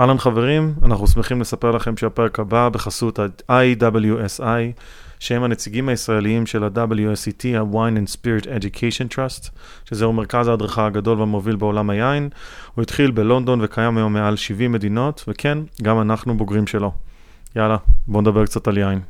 אהלן חברים, אנחנו שמחים לספר לכם שהפרק הבא בחסות ה-IWSI, שהם הנציגים הישראליים של ה-WSET, ה-Wine and Spirit Education Trust, שזהו מרכז ההדרכה הגדול והמוביל בעולם היין. הוא התחיל בלונדון וקיים היום מעל 70 מדינות, וכן, גם אנחנו בוגרים שלו. יאללה, בואו נדבר קצת על יין.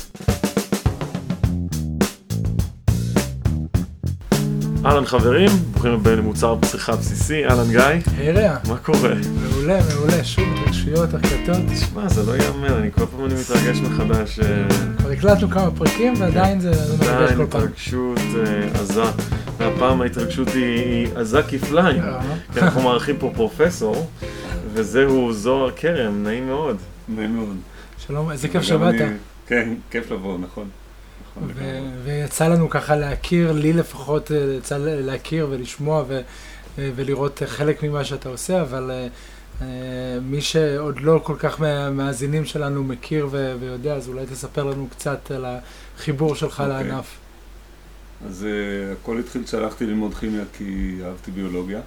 אהלן חברים, ברוכים הבאים למוצר בצריכה בסיסי, אהלן גיא. היי רע. מה קורה? מעולה, מעולה, שוב, רגשיות, הקלטות. תשמע, זה לא יאמן, כל פעם אני מתרגש מחדש. כבר הקלטנו כמה פרקים ועדיין זה מרגש כל פעם. התרגשות עזה, והפעם ההתרגשות היא עזה כפליים, כי אנחנו מערכים פה פרופסור, וזהו זוהר כרם, נעים מאוד. נעים מאוד. שלום, איזה כיף שבאת. כן, כיף לבוא, נכון. ויצא לנו ככה להכיר, לי לפחות יצא להכיר ולשמוע ולראות חלק ממה שאתה עושה, אבל מי שעוד לא כל כך מהמאזינים שלנו מכיר ויודע, אז אולי תספר לנו קצת על החיבור שלך לענף. אז הכל התחיל שהלכתי ללמוד כימיה כי אהבתי ביולוגיה.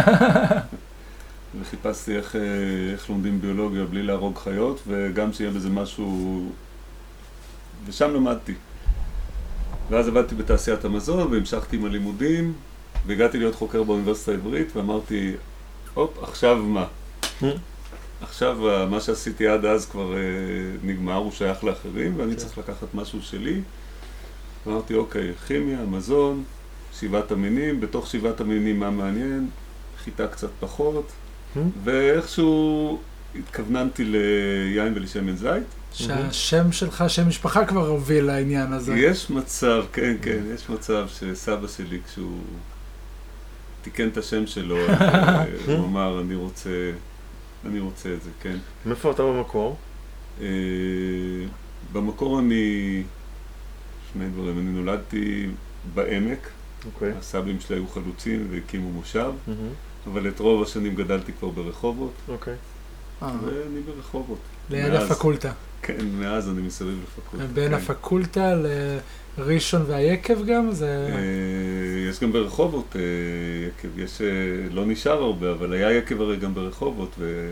וחיפשתי איך לומדים ביולוגיה בלי להרוג חיות, וגם שיהיה בזה משהו, ושם למדתי. ואז עבדתי בתעשיית המזון, והמשכתי עם הלימודים, והגעתי להיות חוקר באוניברסיטה העברית, ואמרתי, עכשיו מה? עכשיו מה שעשיתי עד אז כבר נגמר, הוא שייך לאחרים, ואני צריך לקחת משהו שלי. ואמרתי, אוקיי, כימיה, מזון, 7 המינים, בתוך 7 המינים מה מעניין, חיטה קצת פחות, ואיכשהו התכווננתי ליין ולשמן זית. שהשם שלך, שם משפחה כבר הוביל לעניין הזה. יש מצב, כן, יש מצב שסבא שלי כשהוא תיקן את השם שלו, הוא אמר, אני רוצה את זה, כן. מאיפה אתה במקור? במקור שני דברים, אני נולדתי בעמק, הסבים שלי היו חלוצים והקימו מושב, אבל את רוב השנים גדלתי כבר ברחובות, ואני ברחובות. ליד הפקולטה. כן, מאז אני מסביב לפקולטה. בין הפקולטה לראשון והיקב גם? יש גם ברחובות יקב, לא נשאר הרבה, אבל היה יקב הרי גם ברחובות,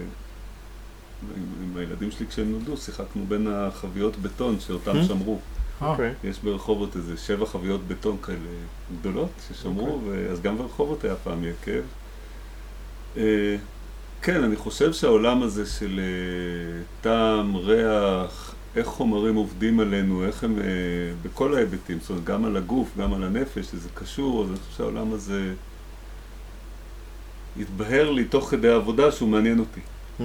ועם הילדים שלי כשהם נולדו שיחקנו בין החביות בטון שאותם שמרו. יש ברחובות איזה 7 חביות בטון כאלה גדולות ששמרו, אז גם ברחובות היה פעם יקב. כן, אני חושב שהעולם הזה של טעם, ריח, איך חומרים עובדים עלינו, איך הם בכל ההיבטים, זאת אומרת, גם על הגוף, גם על הנפש, שזה קשור, אז אני חושב שהעולם הזה התבהר לי תוך כדי העבודה שהוא מעניין אותי.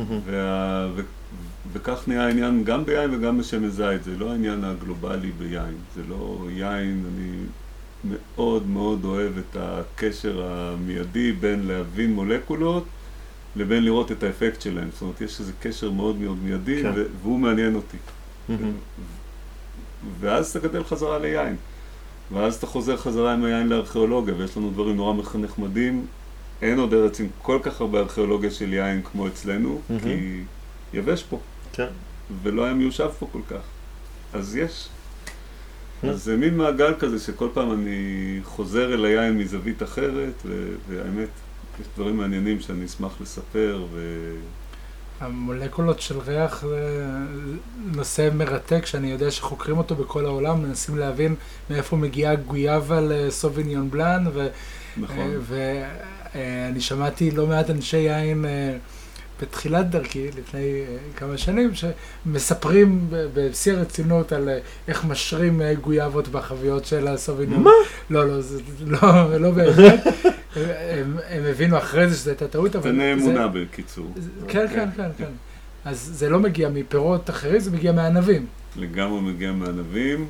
וכך נהיה העניין גם ביין וגם בשמן זית, זה לא העניין הגלובלי ביין, זה לא יין, אני מאוד מאוד אוהב את הקשר המיידי בין להבין מולקולות, לבין לראות את האפקט שלהם. זאת אומרת, יש איזה קשר מאוד מאוד מיידי, והוא מעניין אותי. ואז אתה גדל חזרה ליין. ואז אתה חוזר חזרה עם היין לארכיאולוגיה, ויש לנו דברים נורא נחמדים. אין עוד ארץ עם כל כך הרבה ארכיאולוגיה של יין כמו אצלנו, כי יבש פה. ולא היה מיושב פה כל כך. אז יש. אז זה מין מעגל כזה שכל פעם אני חוזר אל היין מזווית אחרת, והאמת, יש דברים מעניינים שאני אשמח לספר. המולקולות של ריח זה נושא מרתק שאני יודע שחוקרים אותו בכל העולם, מנסים להבין מאיפה מגיעה גויאבה לסוביניון בלאן, ואני שמעתי לא מעט אנשי יין בתחילת דרכי, לפני כמה שנים, שמספרים בשיא הרצינות על איך משרים גויאבות בחביות של הסוביניון. מה? לא באמת. הם הבינו אחרי זה שזו הייתה טעות, אבל... זה נאמונה בקיצור. כן. אז זה לא מגיע מפירות אחרים, זה מגיע מענבים. לגמרי מגיע מענבים.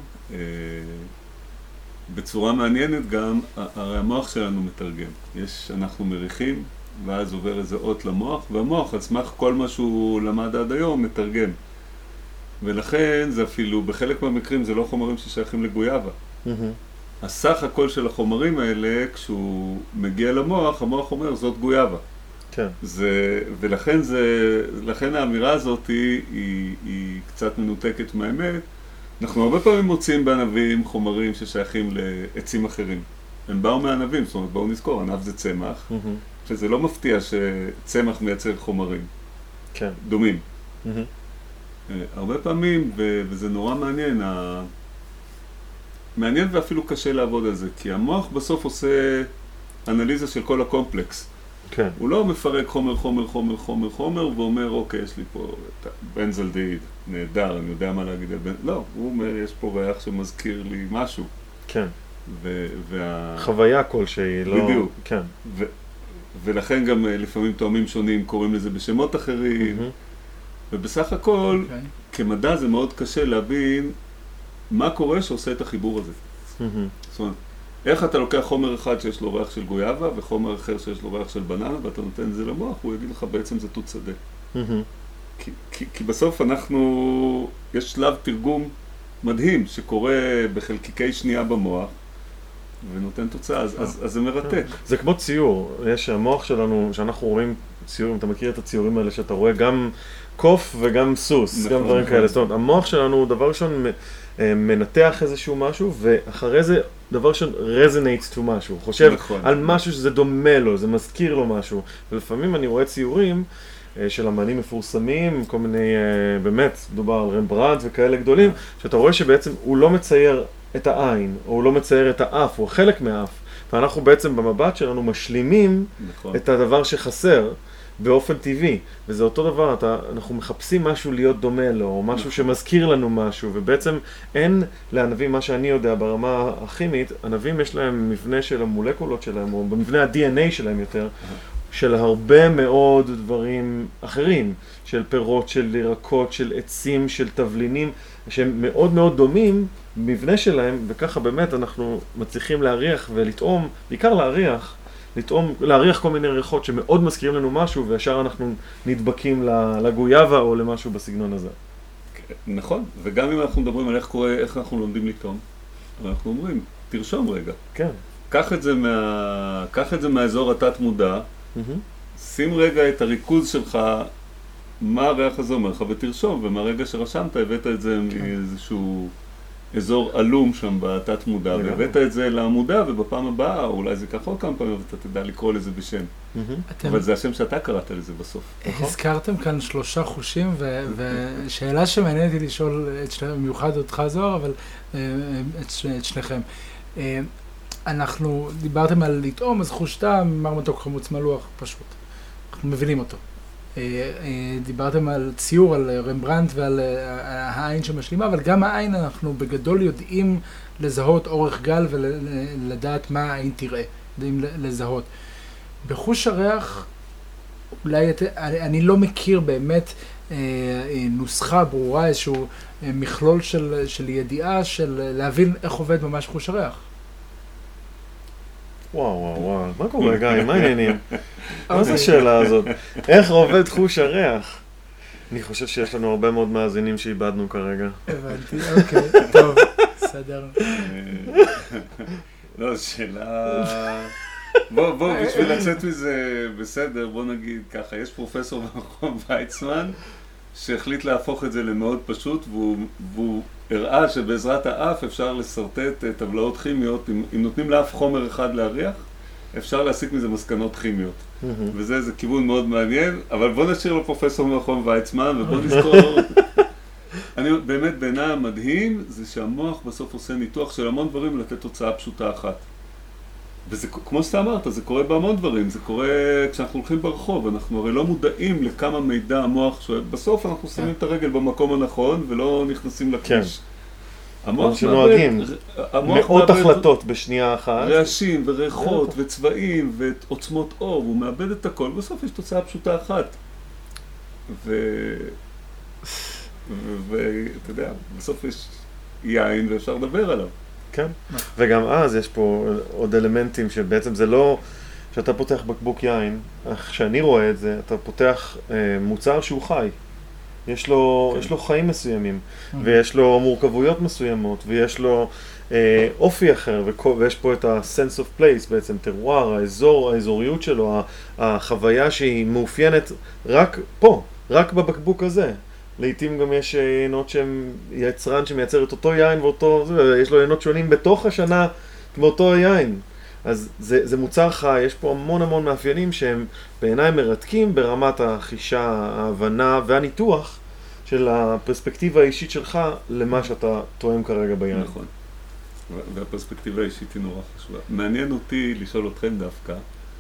בצורה מעניינת גם, הרי המוח שלנו מתרגם. אנחנו מריחים, ואז עובר איזה אות למוח, והמוח, על סמך כל מה שהוא למד עד היום, מתרגם. ולכן זה אפילו, בחלק מהמקרים זה לא חומרים ששייכים לגויאבה. הסך הכל של החומרים האלה, כשהוא מגיע למוח, המוח אומר, זאת גויאבה. כן. לכן האמירה הזאת היא קצת מנותקת מהאמת. אנחנו הרבה פעמים מוצאים בענבים חומרים ששייכים לעצים אחרים. הם באו מענבים, זאת אומרת, בואו נזכור, ענב זה צמח, שזה לא מפתיע שצמח מייצר חומרים. כן. דומים. Mm-hmm. הרבה פעמים, וזה נורא מעניין, מעניין ואפילו קשה לעבוד על זה, כי המוח בסוף עושה אנליזה של כל הקומפלקס. כן. הוא לא מפרק חומר, ואומר, אוקיי, יש לי פה בנזלדהיד, נהדר, אני יודע מה להגיד על לא, הוא אומר, יש פה ריח שמזכיר לי משהו. כן. חוויה כלשהי, לא... בדיוק. כן. ולכן גם לפעמים תואמים שונים קוראים לזה בשמות אחרים, ובסך הכל, כמדע זה מאוד קשה להבין מה קורה שעושה את החיבור הזה. זאת אומרת, איך אתה לוקח חומר אחד שיש לו ריח של גויאבה, וחומר אחר שיש לו ריח של בננה, ואתה נותן את זה למוח, הוא יגיד לך בעצם זה תות שדה. כי בסוף יש שלב תרגום מדהים שקורה בחלקיקי שנייה במוח, ונותן תוצאה, אז זה מרתק. זה כמו ציור, יש המוח שלנו, שאנחנו רואים ציורים, אתה מכיר את הציורים האלה שאתה רואה גם קוף וגם סוס, גם דברים כאלה. זאת אומרת, המוח שלנו הוא דבר ראשון מנתח איזשהו משהו, ואחרי זה דבר ראשון resonates to משהו, חושב על משהו שזה דומה לו, זה מזכיר לו משהו. ולפעמים אני רואה ציורים של אמנים מפורסמים, כל מיני, באמת, דובר על רמברנדט וכאלה גדולים, שאתה רואה שבעצם הוא לא מצייר את העין, או הוא לא מצייר את האף, הוא חלק מהאף. ואנחנו בעצם במבט שלנו משלימים את הדבר שחסר באופן טבעי. וזה אותו דבר, אנחנו מחפשים משהו להיות דומה לו, או משהו שמזכיר לנו משהו, ובעצם אין לענבים, מה שאני יודע ברמה הכימית, ענבים יש להם מבנה של המולקולות שלהם, או במבנה ה-DNA שלהם יותר, של הרבה מאוד דברים אחרים, של פירות, של ירקות, של עצים, של תבלינים, שהם מאוד מאוד דומים במבנה שלהם, וככה באמת אנחנו מצליחים להריח ולטעום, בעיקר להריח כל מיני ריחות שמאוד מזכירים לנו משהו, וישר אנחנו נדבקים לגויאבה או למשהו בסגנון הזה. נכון, וגם אם אנחנו מדברים על איך אנחנו לומדים לטעום, אנחנו אומרים, תרשום רגע. כן. קח את זה מהאזור התת מודע, שים רגע את הריכוז שלך, מה הריח הזה אומר לך, ותרשום, ומהרגע שרשמת הבאת את זה מאיזשהו אזור אלום שם בתת מודע, והבאת את זה למודע, ובפעם הבאה, אולי זה ככה עוד כמה פעמים, ואתה תדע לקרוא לזה בשם. אבל זה השם שאתה קראת לזה בסוף. הזכרתם כאן 3 חושים, ושאלה שמעניינת לי לשאול במיוחד אותך זוהר, אבל את שניכם. אנחנו דיברתם על לטעום, אז חוש טעם, מר מתוק חמוץ מלוח, פשוט. אנחנו מבינים אותו. דיברתם על ציור, על רמברנדט ועל העין שמשלימה, אבל גם העין אנחנו בגדול יודעים לזהות אורך גל ולדעת מה העין תראה, יודעים לזהות. בחוש הריח, אולי אני לא מכיר באמת נוסחה ברורה, איזשהו מכלול של ידיעה, של להבין איך עובד ממש חוש הריח. וואו, מה קורה גיא? מה העניינים? מה זה השאלה הזאת? איך עובד חוש הריח? אני חושב שיש לנו הרבה מאוד מאזינים שאיבדנו כרגע. הבנתי, אוקיי, טוב, סדר. לא, שאלה... בוא, בשביל לצאת מזה בסדר, בוא נגיד ככה, יש פרופסור במכון ויצמן, שהחליט להפוך את זה למאוד פשוט, והוא הראה שבעזרת האף אפשר לסרטט טבלאות כימיות, אם נותנים לאף חומר אחד להריח, אפשר להסיק מזה מסקנות כימיות. וזה כיוון מאוד מעניין, אבל בוא נשאיר לו פרופסור במכון ויצמן, ובוא נזכור... באמת בעיניי המדהים זה שהמוח בסוף עושה ניתוח של המון דברים לתת תוצאה פשוטה אחת. וזה, כמו שאתה אמרת, זה קורה בהמון דברים, זה קורה כשאנחנו הולכים ברחוב, אנחנו הרי לא מודעים לכמה מידע המוח שואב, בסוף אנחנו שמים את הרגל במקום הנכון ולא נכנסים לכביש. המוח מאבד, מאות החלטות בשנייה אחת. רעשים וריחות וצבעים ועוצמות אור, הוא מאבד את הכל, בסוף יש תוצאה פשוטה אחת. ואתה יודע, בסוף יש יין ואפשר לדבר עליו. כן, וגם אז יש פה עוד אלמנטים שבעצם זה לא שאתה פותח בקבוק יין, איך שאני רואה את זה, אתה פותח מוצר שהוא חי. יש לו חיים מסוימים, ויש לו מורכבויות מסוימות, ויש לו אופי אחר, ויש פה את ה-sense of place בעצם, טרואר, האזוריות שלו, החוויה שהיא מאופיינת רק פה, רק בבקבוק הזה. לעתים גם יש עינות שהם יצרן שמייצר את אותו יין ואותו, יש לו עינות שונים בתוך השנה באותו יין. אז זה מוצר חי, יש פה המון המון מאפיינים שהם בעיניי מרתקים ברמת החישה, ההבנה והניתוח של הפרספקטיבה האישית שלך למה שאתה טועם כרגע ביין. נכון. והפרספקטיבה האישית היא נורא חשובה. מעניין אותי לשאול אתכם דווקא,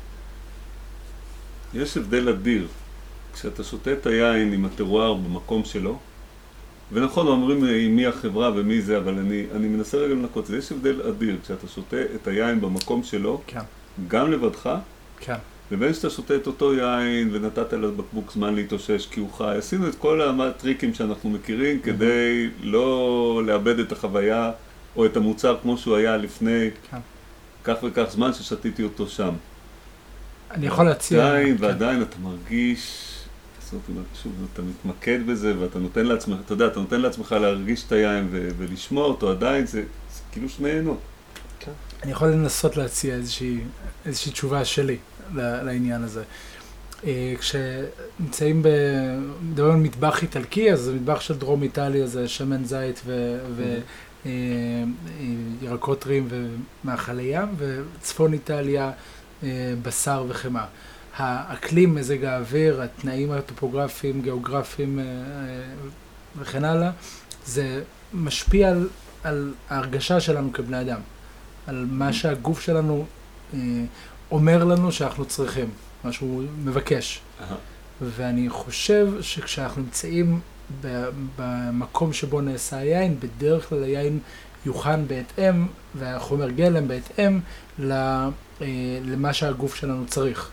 יש הבדל אדיר כשאתה שותה את היין עם הטרואר במקום שלו, ונכון, אומרים מי החברה ומי זה, אבל אני מנסה רגע לנקות, זה יש הבדל אדיר כשאתה שותה את היין במקום שלו, כן. גם לבדך, כן. לבין שאתה שותה את אותו יין ונתת לבקבוק זמן להתאושש כי הוא חי. עשינו את כל הטריקים שאנחנו מכירים כדי לא לאבד את החוויה או את המוצר כמו שהוא היה לפני כך וכך זמן ששתיתי אותו שם. אני יכול להציע... ועדיין אתה מרגיש, שוב, אתה מתמקד בזה ואתה נותן לעצמך, אתה יודע, אתה נותן לעצמך להרגיש את היין ולשמוע אותו, עדיין זה כאילו שני עינות. אני יכול לנסות להציע איזושהי תשובה שלי לעניין הזה. כשנמצאים מדברים על מטבח איטלקי, אז זה מטבח של דרום איטליה, זה שמן זית וירקות טריים ומאכלי ים, וצפון איטליה בשר וחמאה. האקלים, מזג האוויר, התנאים הטופוגרפיים, גיאוגרפיים וכן הלאה, זה משפיע על ההרגשה שלנו כבני אדם, על מה שהגוף שלנו אומר לנו שאנחנו צריכים, מה שהוא מבקש. ואני חושב שכשאנחנו נמצאים במקום שבו נעשה היין, בדרך כלל היין יוכן בהתאם, והחומר גלם בהתאם למה שהגוף שלנו צריך.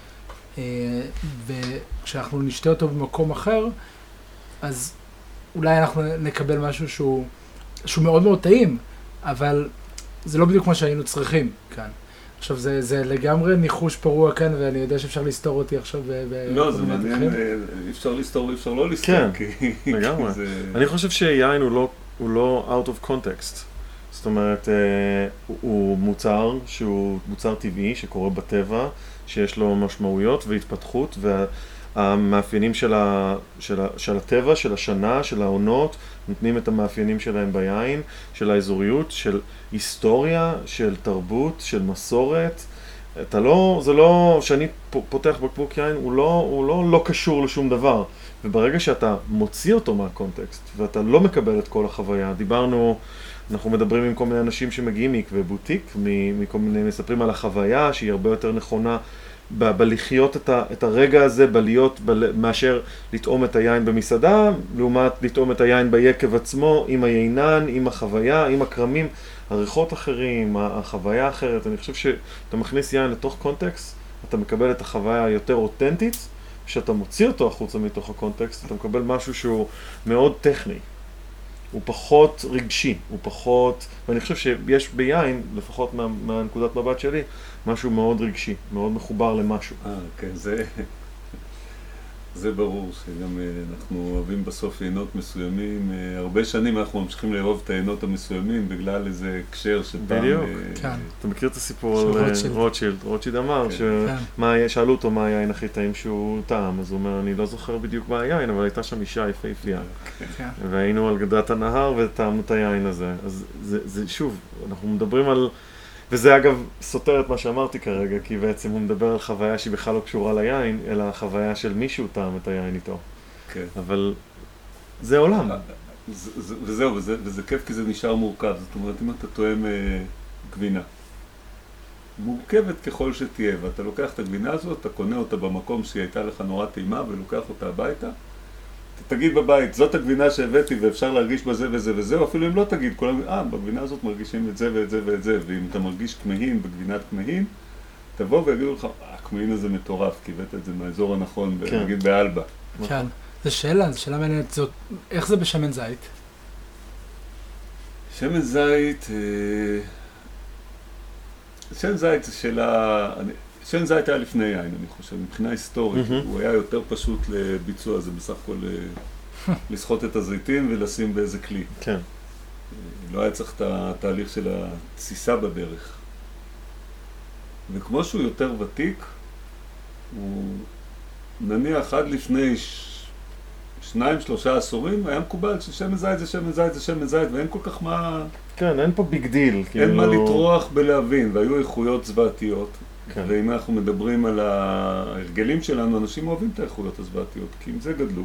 וכשאנחנו נשתה אותו במקום אחר, אז אולי אנחנו נקבל משהו שהוא מאוד מאוד טעים, אבל זה לא בדיוק מה שהיינו צריכים כאן. עכשיו זה לגמרי ניחוש פרוע כאן, ואני יודע שאפשר לסתור אותי עכשיו לא, זה מעניין, אפשר לסתור, אפשר לא לסתור. כן, לגמרי. אני חושב שיין הוא לא out of context. זאת אומרת, הוא מוצר שהוא מוצר טבעי שקורה בטבע, שיש לו משמעויות והתפתחות, והמאפיינים של הטבע, של השנה, של העונות, נותנים את המאפיינים שלהם ביין, של האזוריות, של היסטוריה, של תרבות, של מסורת. זה לא, שאני פותח בקבוק יין, הוא לא קשור לשום דבר. וברגע שאתה מוציא אותו מהקונטקסט, ואתה לא מקבל את כל החוויה, אנחנו מדברים עם כל מיני אנשים שמגיעים מעקבי בוטיק, מכל מיני מספרים על החוויה שהיא הרבה יותר נכונה בלחיות את הרגע הזה, מאשר לטעום את היין במסעדה, לעומת לטעום את היין ביקב עצמו, עם היינן, עם החוויה, עם הקרמים, הריחות אחרים, החוויה אחרת. אני חושב שאתה מכניס יין לתוך קונטקסט, אתה מקבל את החוויה היותר אותנטית, כשאתה מוציא אותו החוצה מתוך הקונטקסט, אתה מקבל משהו שהוא מאוד טכני. הוא פחות רגשי, הוא פחות, ואני חושב שיש ביין, לפחות מהנקודת מבט שלי, משהו מאוד רגשי, מאוד מחובר למשהו. כן, זה ברור שגם אנחנו אוהבים בסוף עינות מסוימים, הרבה שנים אנחנו ממשיכים לאהוב את העינות המסוימים בגלל איזה קשר שפעם... בדיוק, אתה מכיר את הסיפור על רוטשילד? רוטשילד אמר שאלו אותו מה היין הכי טעים שהוא טעם, אז הוא אומר, אני לא זוכר בדיוק מה היין, אבל הייתה שם אישה יפהפייה, והיינו על גדת הנהר וטעמנו את היין הזה. אז זה שוב, אנחנו מדברים על... וזה אגב סותר את מה שאמרתי כרגע, כי בעצם הוא מדבר על חוויה שהיא בכלל לא קשורה ליין, אלא החוויה של מישהו טעם את היין איתו. כן. אבל זה עולם. וזהו, וזה כיף כי זה נשאר מורכב. זאת אומרת, אם אתה טועם גבינה, מורכבת ככל שתהיה, ואתה לוקח את הגבינה הזאת, אתה קונה אותה במקום שהיא הייתה לך נורא טעימה, ולוקח אותה הביתה, תגיד בבית, זאת הגבינה שהבאתי ואפשר להרגיש בזה וזה וזה, או אפילו אם לא תגיד, כולם, בגבינה הזאת מרגישים את זה ואת זה ואת זה, ואם אתה מרגיש כמהין בגבינת כמהין, תבוא ויגידו לך, הכמהין הזה מטורף, כי הבאת את זה מהאזור הנכון, נגיד באלבה. כן, זו שאלה מעניינת, איך זה בשמן זית? שמן זית, שמן זית זה שאלה... שמן זית היה לפני יין, אני חושב, מבחינה היסטורית, הוא היה יותר פשוט לביצוע, זה בסך הכל לסחוט את הזיתים ולשים באיזה כלי. כן. לא היה צריך את התהליך של התסיסה בדרך. וכמו שהוא יותר ותיק, הוא נניח עד לפני 2-3 עשורים היה מקובל ששמן זית זה שמן זית זה שמן זית, ואין כל כך מה... כן, אין פה ביג דיל. אין מה לטרוח בלהבין, והיו איכויות זוועתיות. כן. ואם אנחנו מדברים על ההרגלים שלנו, אנשים אוהבים את האיכויות הזוועתיות, כי עם זה גדלו.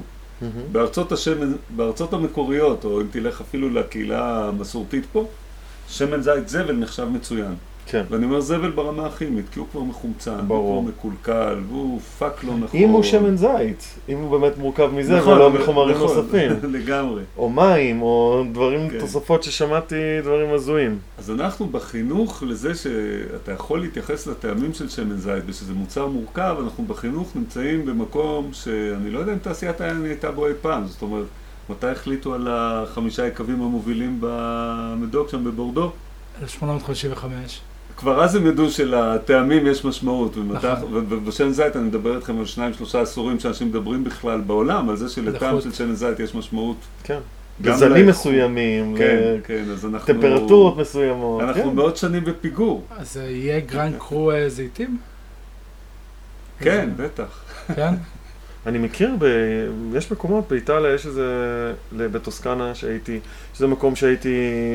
בארצות המקוריות, או אם תלך אפילו לקהילה המסורתית פה, שמן זית זבל נחשב מצוין. כן. ואני אומר זבל ברמה הכימית, כי הוא כבר מחומצן, הוא כבר מקולקל, והוא פאק לא נכון. אם הוא שמן זית, אם הוא באמת מורכב מזה, נכון, ולא מחומרים נכון, נוספים. לגמרי. או מים, או דברים, כן. תוספות ששמעתי, דברים הזויים. אז אנחנו בחינוך לזה שאתה יכול להתייחס לטעמים של שמן זית, ושזה מוצר מורכב, אנחנו בחינוך נמצאים במקום שאני לא יודע אם תעשיית היין הייתה בו אי פעם. זאת אומרת, מתי החליטו על 5 יקבים המובילים במדוק שם בבורדו? 1855. כבר אז הם ידעו שלטעמים יש משמעות, ובשמן זית אני מדבר איתכם על 2-3 עשורים שאנשים מדברים בכלל בעולם, על זה שלטעם של שמן זית יש משמעות. כן. גזנים מסוימים, כן, אז אנחנו... טמפרטורות מסוימות. אנחנו מאות שנים בפיגור. אז יהיה גרן קרו זיתים? כן, בטח. כן? אני מכיר, יש מקומות באיטליה, יש איזה, בטוסקנה שהייתי, שזה מקום שהייתי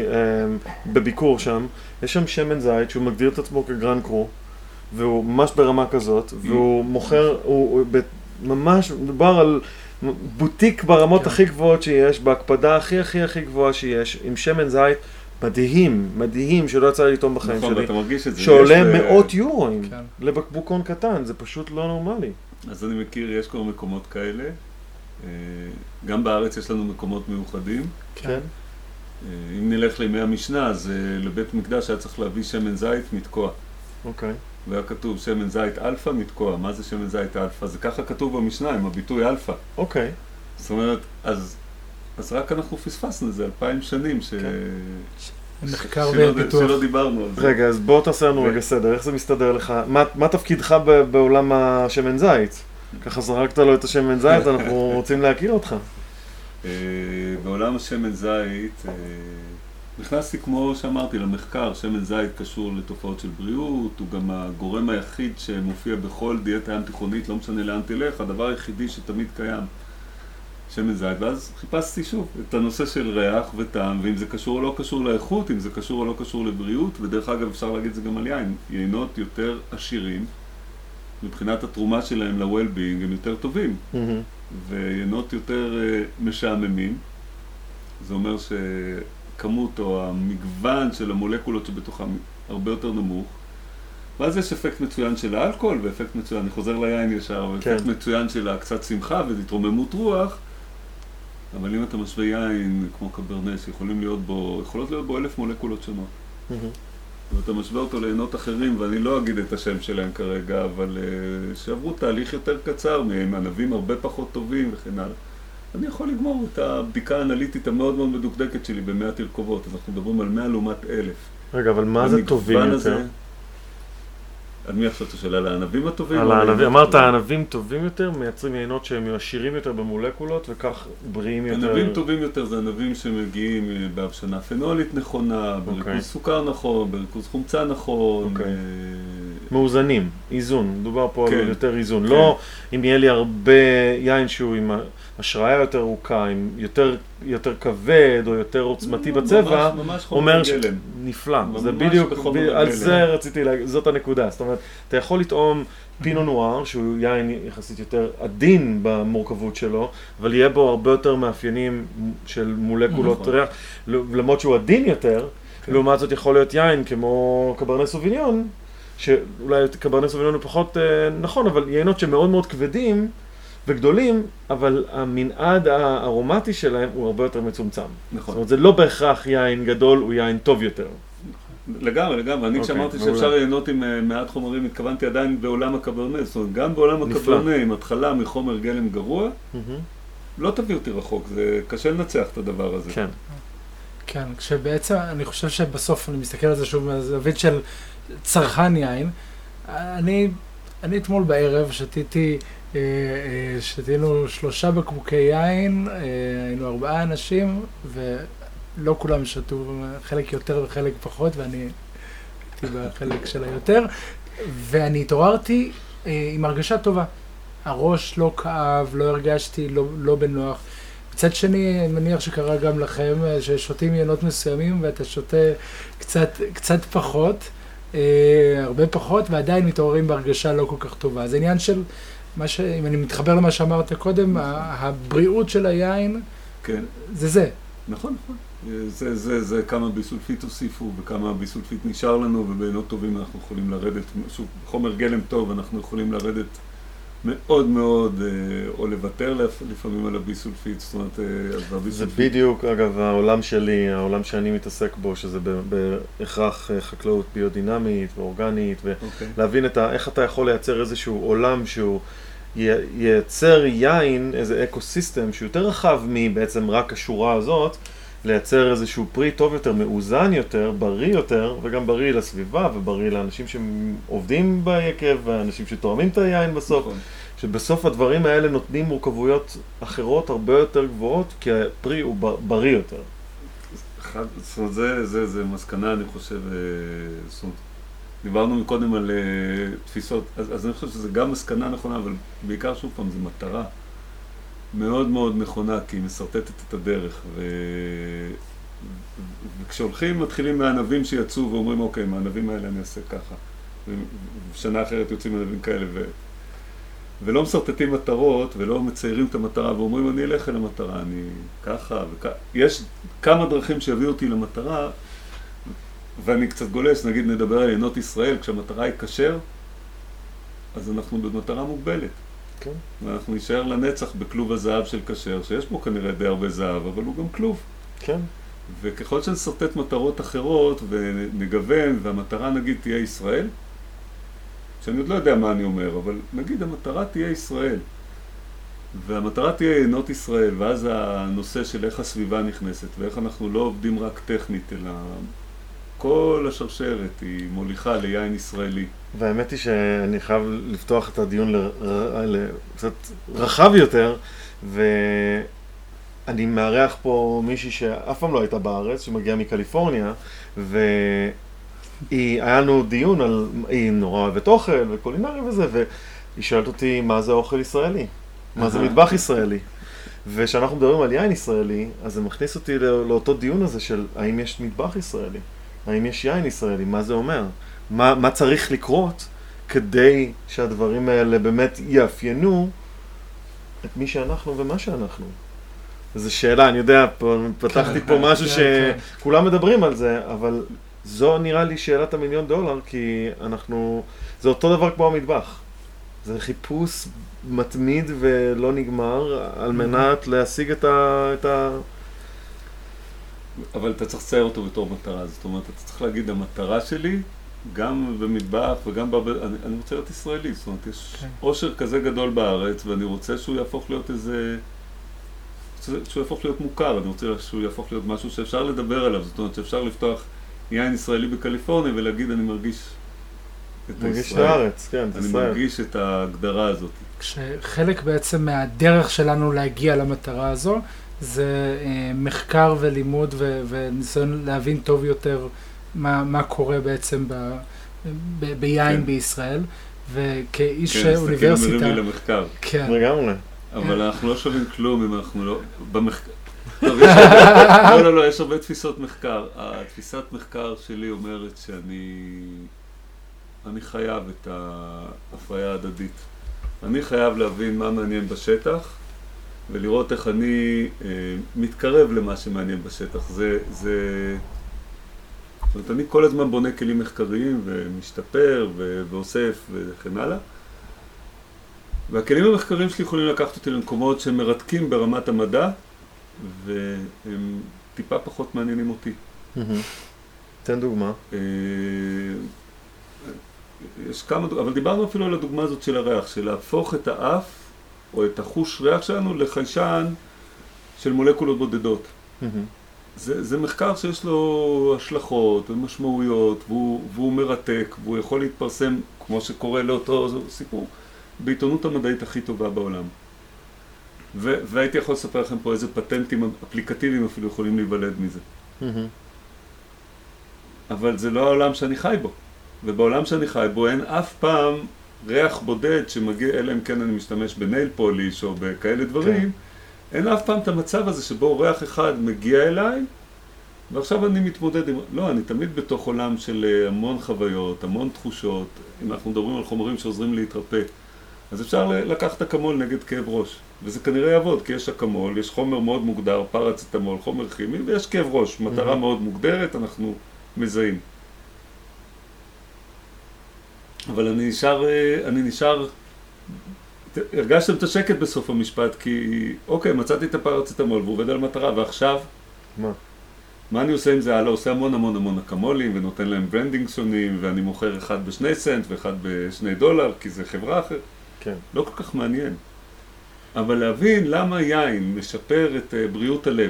בביקור שם, יש שם שמן זית שהוא מגדיר את עצמו כגרן קרו, והוא ממש ברמה כזאת, והוא מוכר, הוא ממש מדובר על בוטיק ברמות הכי גבוהות שיש, בהקפדה הכי גבוהה שיש, עם שמן זית מדהים, שלא יצא לי לטעום בחיים שלי, ואתה מרגיש את זה. שעולה מאות יורוים לבקבוקון קטן, זה פשוט לא נורמלי. אז אני מכיר, יש כבר מקומות כאלה. גם בארץ יש לנו מקומות מיוחדים. כן. אם נלך לימי המשנה, אז לבית מקדש היה צריך להביא שמן זית מתקוע. אוקיי. והיה כתוב שמן זית אלפא מתקוע. מה זה שמן זית אלפא? זה ככה כתוב במשנה, עם הביטוי אלפא. אוקיי. זאת אומרת, אז רק אנחנו פספסנו, זה 2000 שנים מחקר ופיתוח. שלא דיברנו על זה. רגע, אז בוא תעשה לנו רגע סדר, איך זה מסתדר לך? מה תפקידך בעולם השמן זית? ככה זרקת לו את השמן זית, אנחנו רוצים להכיר אותך. בעולם השמן זית, נכנסתי כמו שאמרתי למחקר, שמן זית קשור לתופעות של בריאות, הוא גם הגורם היחיד שמופיע בכל דיאטה ים תיכונית, לא משנה לאן תלך, הדבר היחידי שתמיד קיים. שמן זית, ואז חיפשתי שוב את הנושא של ריח וטעם, ואם זה קשור או לא קשור לאיכות, אם זה קשור או לא קשור לבריאות, ודרך אגב אפשר להגיד זה גם על יין, יינות יותר עשירים, מבחינת התרומה שלהם ל-well-being הם יותר טובים, ויינות יותר משעממים, זה אומר שכמות או המגוון של המולקולות שבתוכם הרבה יותר נמוך, ואז יש אפקט מצוין של האלכוהול, ואפקט מצוין, אני חוזר ליין ישר, ואפקט מצוין של קצת שמחה והתרוממות רוח, אבל אם אתה משווה יין כמו קברנה, יכולות להיות בו 1000 מולקולות שונות. ואתה משווה אותו לעינות אחרים, ואני לא אגיד את השם שלהם כרגע, אבל שעברו תהליך יותר קצר, מהם ענבים הרבה פחות טובים וכן הלאה. אני יכול לגמור את הבדיקה האנליטית המאוד מאוד מדוקדקת שלי ב100 תרכובות, אז אנחנו מדברים על 100 לעומת 1000. רגע, אבל מה זה טובים יותר? על מי עכשיו אתה שואל? על הענבים הטובים? אמרת הענבים טובים יותר, מייצרים יינות שהם עשירים יותר במולקולות וכך בריאים יותר. ענבים טובים יותר זה ענבים שמגיעים בהבשנה פנולית נכונה, בריכוז סוכר נכון, בריכוז חומצה נכון. מאוזנים, איזון, מדובר פה על יותר איזון. לא אם יהיה לי הרבה יין שהוא עם השראה יותר ארוכה, עם יותר כבד או יותר עוצמתי בצבע, אומר שנפלא. זה בדיוק, על זה רציתי להגיד, זאת הנקודה. זאת אומרת, אתה יכול לטעום פינו נואר, שהוא יין יחסית יותר עדין במורכבות שלו, אבל יהיה בו הרבה יותר מאפיינים של מולקולות ריח, למרות שהוא עדין יותר, לעומת זאת יכול להיות יין כמו קברנה סוביניון, שאולי קברנה סוביניון הוא פחות נכון, אבל יינות שמאוד מאוד כבדים, וגדולים, אבל המנעד הארומטי שלהם הוא הרבה יותר מצומצם. נכון. זאת אומרת, זה לא בהכרח יין גדול, הוא יין טוב יותר. לגמרי. אני כשאמרתי שאפשר ליהנות עם מעט חומרים, התכוונתי עדיין בעולם הקברנה. זאת אומרת, גם בעולם הקברנה, עם התחלה מחומר גלם גרוע, לא תביא אותי רחוק. זה קשה לנצח את הדבר הזה. כן. כן, כשבעצם אני חושב שבסוף אני מסתכל על זה שוב מהזווית של צרכן יין. אני אתמול בערב שתינו 3 בקבוקי יין, היינו 4 אנשים, ולא כולם שתו, חלק יותר וחלק פחות, ואני הייתי בחלק של היותר, ואני התעוררתי עם הרגשה טובה. הראש לא כאב, לא הרגשתי לא בנוח. מצד שני, אני מניח שקרה גם לכם, ששותים ינות מסוימים ואתה שותה קצת פחות, הרבה פחות, ועדיין מתעוררים בהרגשה לא כל כך טובה. זה עניין של, אם אני מתחבר למה שאמרת קודם, הבריאות של היין, כן. זה. נכון. זה כמה ביסולפית הוסיפו וכמה ביסולפית נשאר לנו, ובעינות טובים אנחנו יכולים לרדת, שוב, חומר גלם טוב, אנחנו יכולים לרדת מאוד מאוד, או לוותר לפעמים על הביסולפית, זאת אומרת, זה בדיוק, אגב, העולם שלי, העולם שאני מתעסק בו, שזה בהכרח חקלאות ביודינמית ואורגנית, ולהבין איך אתה יכול לייצר איזשהו עולם שהוא ייצר יין, איזה אקוסיסטם שיותר רחב מבעצם רק השורה הזאת, לייצר איזשהו פרי טוב יותר, מאוזן יותר, בריא יותר, וגם בריא לסביבה ובריא לאנשים שעובדים ביקב, ואנשים שתואמים את היין בסוף. שבסוף הדברים האלה נותנים מורכבויות אחרות הרבה יותר גבוהות, כי הפרי הוא בריא יותר. זאת אומרת, זה מסקנה, אני חושב, זאת אומרת, דיברנו מקודם על תפיסות, אז אני חושב שזה גם מסקנה נכונה, אבל בעיקר שוב פעם, זה מטרה מאוד מאוד נכונה, כי היא מסרטטת את הדרך, וכשהולכים, מתחילים מהענבים שיצאו ואומרים, אוקיי, מהענבים האלה אני אעשה ככה, ושנה אחרת יוצאים ענבים כאלה, ולא מסרטטים מטרות, ולא מציירים את המטרה, ואומרים, אני אלך אל המטרה, אני ככה וככה. יש כמה דרכים שיביאו אותי למטרה, ואני קצת גולש, נגיד נדבר על עינות ישראל, כשהמטרה היא כשר, אז אנחנו במטרה מוגבלת. כן. ואנחנו נשאר לנצח בכלוב הזהב של כשר, שיש בו כנראה די הרבה זהב, אבל הוא גם כלוב. כן. וככל שנסרטט מטרות אחרות ונגוון, והמטרה נגיד תהיה ישראל, שאני עוד לא יודע מה אני אומר, אבל נגיד המטרה תהיה ישראל, והמטרה תהיה עינות ישראל, ואז הנושא של איך הסביבה נכנסת, ואיך אנחנו לא עובדים רק טכנית, אלא כל השרשרת היא מוליכה ליין ישראלי. והאמת היא שאני חייב לפתוח את הדיון קצת רחב יותר, ואני מארח פה מישהי שאף פעם לא הייתה בארץ, שמגיעה מקליפורניה, היה לנו דיון על, היא נורא אוהבת אוכל וקולינרי וזה, והיא שואלת אותי מה זה אוכל ישראלי, מה זה מטבח ישראלי. וכשאנחנו מדברים על יין ישראלי, אז זה מכניס אותי לאותו דיון הזה של האם יש מטבח ישראלי, האם יש יין ישראלי, מה זה אומר, מה צריך לקרות כדי שהדברים האלה באמת יאפיינו את מי שאנחנו ומה שאנחנו. זו שאלה, אני יודע, פתחתי פה משהו שכולם מדברים על זה, אבל זו נראה לי שאלת $1,000,000, כי זה אותו דבר כמו המטבח. זה חיפוש מתמיד ולא נגמר על מנת להשיג את אבל אתה צריך לצייר אותו בתור מטרה, זאת אומרת, אתה צריך להגיד, המטרה שלי, גם במטבח וגם אני רוצה להיות ישראלי, זאת אומרת, יש עושר כזה גדול בארץ, ואני רוצה שהוא יהפוך להיות שהוא יהפוך להיות מוכר, אני רוצה שהוא יהפוך להיות משהו שאפשר לדבר עליו, זאת אומרת, שאפשר לפתוח יין ישראלי בקליפורניה ולהגיד, אני מרגיש את ישראל. כן, אני מרגיש את ההגדרה הזאת. כשחלק בעצם מהדרך שלנו להגיע למטרה הזו, זה מחקר ולימוד וניסיון להבין טוב יותר מה קורה בעצם ביין בישראל, וכאיש אוניברסיטה... כן, זה כאילו מרים לי למחקר. כן. לגמרי. אבל אנחנו לא שווים כלום אם אנחנו לא... במחקר... לא, יש הרבה תפיסות מחקר. התפיסת מחקר שלי אומרת שאני חייב את ההפריה ההדדית. אני חייב להבין מה מעניין בשטח, ולראות איך אני מתקרב למה שמעניין בשטח. זאת אומרת, אני כל הזמן בונה כלים מחקריים ומשתפר ואוסף וכן הלאה. והכלים המחקריים שלי יכולים לקחת אותי למקומות שהם מרתקים ברמת המדע, והם טיפה פחות מעניינים אותי. תן דוגמה. יש כמה, אבל דיברנו אפילו על הדוגמה הזאת של הריח, של להפוך את האף או את החוש ריח שלנו לחיישן של מולקולות בודדות. זה מחקר שיש לו השלכות ומשמעויות, והוא מרתק, והוא יכול להתפרסם, כמו שקורה לאותו סיפור, בעיתונות המדעית הכי טובה בעולם. והייתי יכול לספר לכם פה איזה פטנטים אפליקטיביים אפילו יכולים להיוולד מזה. אבל זה לא העולם שאני חי בו. ובעולם שאני חי בו אין אף פעם ריח בודד שמגיע, אלא אם כן אני משתמש בנייל פוליש או בכאלה דברים, אין אף פעם את המצב הזה שבו ריח אחד מגיע אליי, ועכשיו אני מתמודד עם... לא, אני תמיד בתוך עולם של המון חוויות, המון תחושות. אם אנחנו מדברים על חומרים שעוזרים להתרפא, אז אפשר לקחת אקמול נגד כאב ראש. וזה כנראה יעבוד, כי יש אקמול, יש חומר מאוד מוגדר, פרצטמול, חומר כימי, ויש כאב ראש, מטרה מאוד מוגדרת, אנחנו מזהים. אבל אני נשאר... הרגשתם את השקט בסוף המשפט, כי אוקיי, מצאתי את הפרצטמול והוא עובד על מטרה, ועכשיו? מה אני עושה עם זה? הלאה, עושה המון אקמולים ונותן להם ברנדינג שונים, ואני מוכר אחד ב2 סנט ואחד ב$2, כי זה חברה אחרת. כן. לא כל כך מעניין. אבל להבין למה יין משפר את בריאות הלב.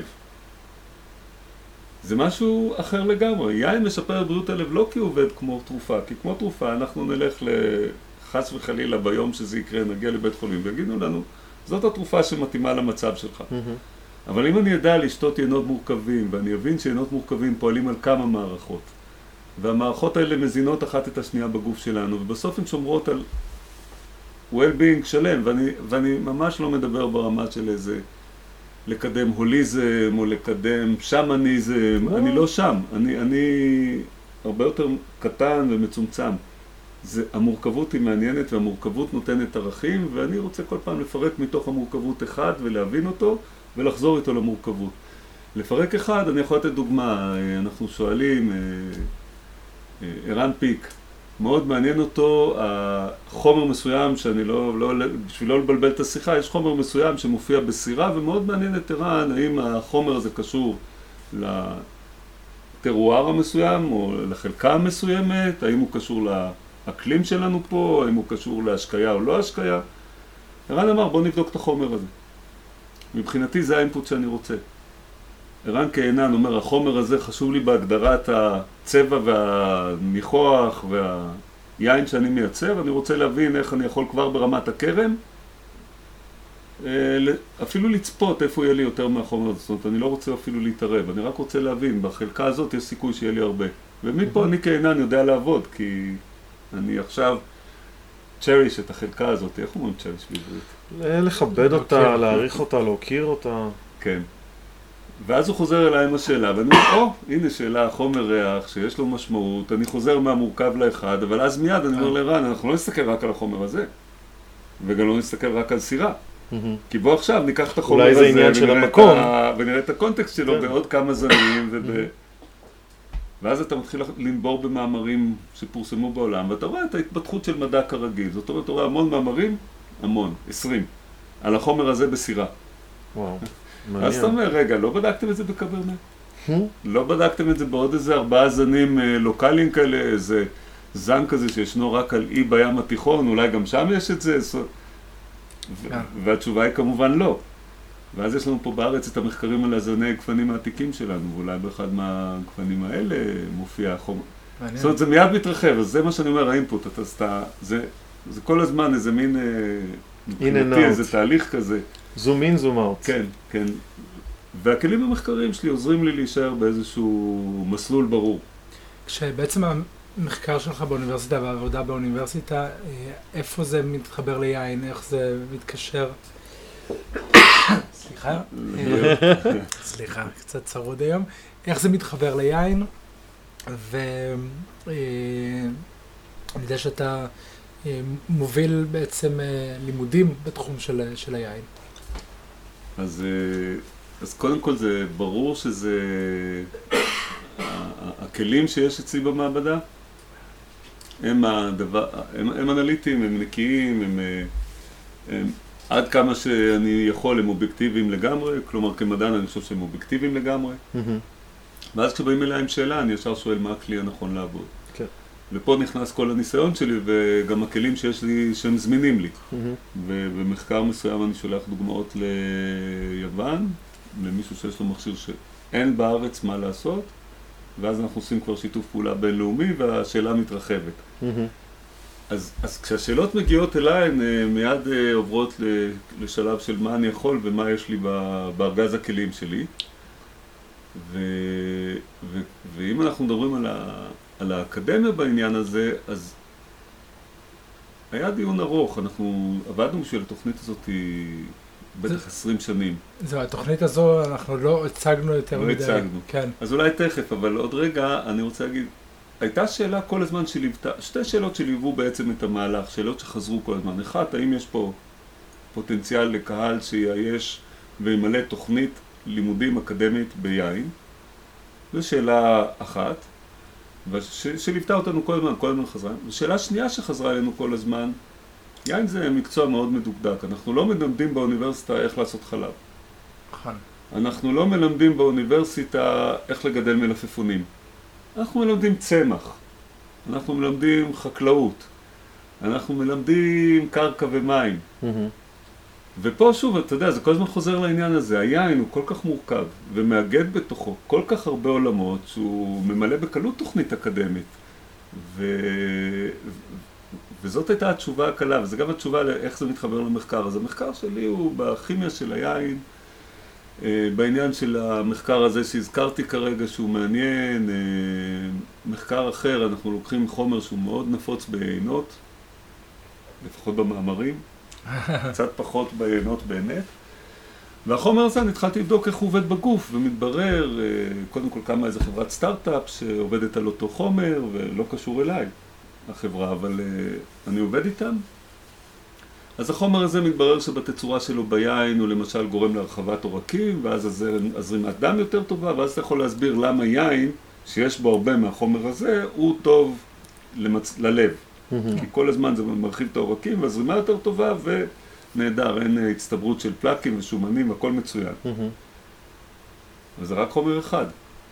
זה משהו אחר לגמרי. יין משפר את בריאות הלב לא כי הוא עובד כמו תרופה, כי כמו תרופה אנחנו נלך לחס וחלילה ביום שזה יקרה, נגיע לבית חולים ויגידו לנו, זאת התרופה שמתאימה למצב שלך. אבל אם אני ידע לשתות יינות מורכבים, ואני אבין שיינות מורכבים פועלים על כמה מערכות, והמערכות האלה מזינות אחת את השנייה בגוף שלנו, ובסוף הן שומרות על well-being שלם, ואני ממש לא מדבר ברמה של איזה לקדם הוליזם או לקדם שמניזם, אני לא שם, אני הרבה יותר קטן ומצומצם. המורכבות היא מעניינת והמורכבות נותנת ערכים, ואני רוצה כל פעם לפרק מתוך המורכבות אחד ולהבין אותו ולחזור איתו למורכבות. לפרק אחד, אני יכול לתת דוגמה, אנחנו שואלים, ערן פיק, מאוד מעניין אותו, החומר מסוים שאני בשביל לא לבלבל את השיחה, יש חומר מסוים שמופיע בסירה, ומאוד מעניין את ערן, האם החומר הזה קשור לטרואר המסוים או לחלקה המסוימת, האם הוא קשור לאקלים שלנו פה, האם הוא קשור להשקיה או לא השקיה. ערן אמר, בוא נבדוק את החומר הזה. מבחינתי זה האינפוט שאני רוצה. ערן כעינן אומר, החומר הזה חשוב לי בהגדרת הצבע והניחוח והיין שאני מייצר, אני רוצה להבין איך אני יכול כבר ברמת הקרם, אפילו לצפות איפה יהיה לי יותר מהחומר הזה, זאת אומרת, אני לא רוצה אפילו להתערב, אני רק רוצה להבין, בחלקה הזאת יש סיכוי שיהיה לי הרבה. ומפה אני כעינן יודע לעבוד, כי אני עכשיו צ'ריש את החלקה הזאת, איך אומרים צ'ריש בעברית? לכבד אותה, להעריך אותה, להוקיר אותה. כן. ואז הוא חוזר אליי עם השאלה, ואני אומר, הנה שאלה, חומר ריח, שיש לו משמעות, אני חוזר מהמורכב לאחד, אבל אז מיד אני אומר לרן, אנחנו לא נסתכל רק על החומר הזה, וגם לא נסתכל רק על סירה. כי בוא עכשיו ניקח את החומר הזה, ונראה את הקונטקסט שלו בעוד כמה זנים, ואז אתה מתחיל לנבור במאמרים שפורסמו בעולם, ואתה רואה את ההתפתחות של מדע כרגיל, זאת אומרת, אתה רואה המון מאמרים, 20, על החומר הזה בסירה. וואו. אז אתה אומר, רגע, לא בדקתם את זה בקברנה? לא בדקתם את זה בעוד איזה 4 זנים לוקליים כאלה, איזה זן כזה שישנו רק על אי בים התיכון, אולי גם שם יש את זה? והתשובה היא כמובן לא. ואז יש לנו פה בארץ את המחקרים על הזני גפנים העתיקים שלנו, ואולי באחד מהגפנים האלה מופיע החומר. זאת אומרת, זה מיד מתרחב, אז זה מה שאני אומר, האינפוט, זה כל הזמן איזה מין, איזה תהליך כזה. זום אין, זום אאוט. כן, כן. והכלים המחקריים שלי עוזרים לי להישאר באיזשהו מסלול ברור. כשבעצם המחקר שלך באוניברסיטה והעבודה באוניברסיטה, איפה זה מתחבר ליין, איך זה מתקשר? סליחה, קצת צרוד היום. איך זה מתחבר ליין? ואני יודע שאתה מוביל בעצם לימודים בתחום של היין. אז קודם כל זה ברור שזה, הכלים שיש אצלי במעבדה, הם אנליטיים, הם נקיים, הם עד כמה שאני יכול, הם אובייקטיביים לגמרי, כלומר כמדען אני חושב שהם אובייקטיביים לגמרי. ואז כשבאים אליי עם שאלה, אני ישר שואל מה הכלי הנכון לעבוד. ופה נכנס כל הניסיון שלי וגם הכלים שיש לי, שהם זמינים לי. ובמחקר מסוים אני שולח דוגמאות ליוון, למישהו שיש לו מכשיר שאין בארץ מה לעשות, ואז אנחנו עושים כבר שיתוף פעולה בינלאומי והשאלה מתרחבת. אז כשהשאלות מגיעות אליי, הן מיד עוברות לשלב של מה אני יכול ומה יש לי בארגז הכלים שלי. ואם אנחנו מדברים על האקדמיה בעניין הזה, אז היה דיון ארוך, אנחנו עבדנו בשביל התוכנית הזאת בטח 20 שנים. זו, התוכנית הזו אנחנו לא הצגנו יותר מדי. לא הצגנו. כן. אז אולי תכף, אבל עוד רגע אני רוצה להגיד, הייתה שאלה כל הזמן שליוותה, שתי שאלות שליוו בעצם את המהלך, שאלות שחזרו כל הזמן. אחת, האם יש פה פוטנציאל לקהל שיאייש וימלא תוכנית לימודים אקדמית ביין? זו שאלה אחת, שליוותה אותנו כל הזמן חזרה. ושאלה שנייה שחזרה אלינו כל הזמן, יין זה מקצוע מאוד מדוקדק, אנחנו לא מלמדים באוניברסיטה איך לעשות חלב. נכון. אנחנו לא מלמדים באוניברסיטה איך לגדל מלפפונים. אנחנו מלמדים צמח, אנחנו מלמדים חקלאות, אנחנו מלמדים קרקע ומים. ופה שוב, אתה יודע, זה כל הזמן חוזר לעניין הזה, היין הוא כל כך מורכב ומאגד בתוכו כל כך הרבה עולמות שהוא ממלא בקלות תוכנית אקדמית. וזאת הייתה התשובה הקלה, וזה גם התשובה לאיך זה מתחבר למחקר. אז המחקר שלי הוא בכימיה של היין, בעניין של המחקר הזה שהזכרתי כרגע שהוא מעניין, מחקר אחר, אנחנו לוקחים חומר שהוא מאוד נפוץ בעינות, לפחות במאמרים, קצת פחות בעינות באמת, והחומר הזה אני התחלתי לבדוק איך הוא עובד בגוף, ומתברר קודם כל כמה איזה חברת סטארט-אפ שעובדת על אותו חומר, ולא קשור אליי, החברה, אבל אני עובד איתם. אז החומר הזה מתברר שבתצורה שלו ביין הוא למשל גורם להרחבת עורקים, ואז הזרימת דם יותר טובה, ואז אתה יכול להסביר למה יין, שיש בו הרבה מהחומר הזה, הוא טוב ללב. כי כל הזמן זה מרחיב את העורקים, והזרימה יותר טובה, ונהדר, אין הצטברות של פלקים ושומנים, הכל מצוין. וזה רק חומר אחד.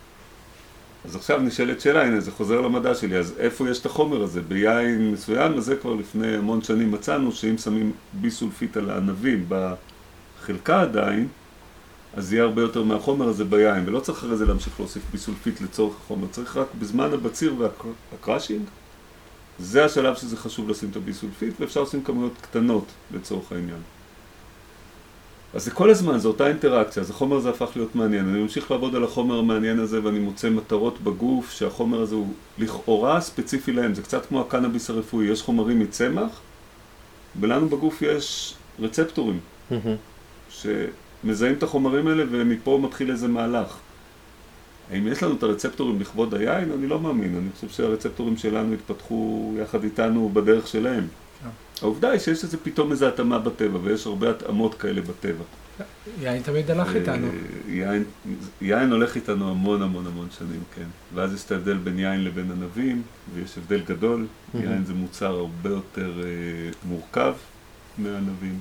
אז עכשיו נשאלת שאלה, הנה זה חוזר למדע שלי, אז איפה יש את החומר הזה? ביין מסוים, וזה כבר לפני המון שנים מצאנו שאם שמים ביסולפית על הענבים בחלקה עדיין, אז יהיה הרבה יותר מהחומר הזה ביין, ולא צריך אחרי זה להמשיך להוסיף ביסולפית לצורך החומר, צריך רק בזמן הבציר והקראשינג, זה השלב שזה חשוב לשים את הביסולפית, ואפשר לשים כמויות קטנות לצורך העניין. אז זה כל הזמן, זו אותה אינטראקציה, אז החומר הזה הפך להיות מעניין. אני ממשיך לעבוד על החומר המעניין הזה, ואני מוצא מטרות בגוף שהחומר הזה הוא לכאורה ספציפי להם. זה קצת כמו הקנאביס הרפואי, יש חומרים מצמח, ולנו בגוף יש רצפטורים, שמזהים את החומרים האלה, ומפה מתחיל איזה מהלך. האם יש לנו את הרצפטורים לכבוד היין? אני לא מאמין. אני חושב שהרצפטורים שלנו התפתחו יחד איתנו בדרך שלהם. העובדה היא שיש פתאום איזו התאמה בטבע, ויש הרבה התאמות כאלה בטבע. יין תמיד הלך איתנו. יין הולך איתנו המון המון המון שנים, כן. ואז יש את ההבדל בין יין לבין ענבים, ויש הבדל גדול. יין זה מוצר הרבה יותר מורכב מהענבים.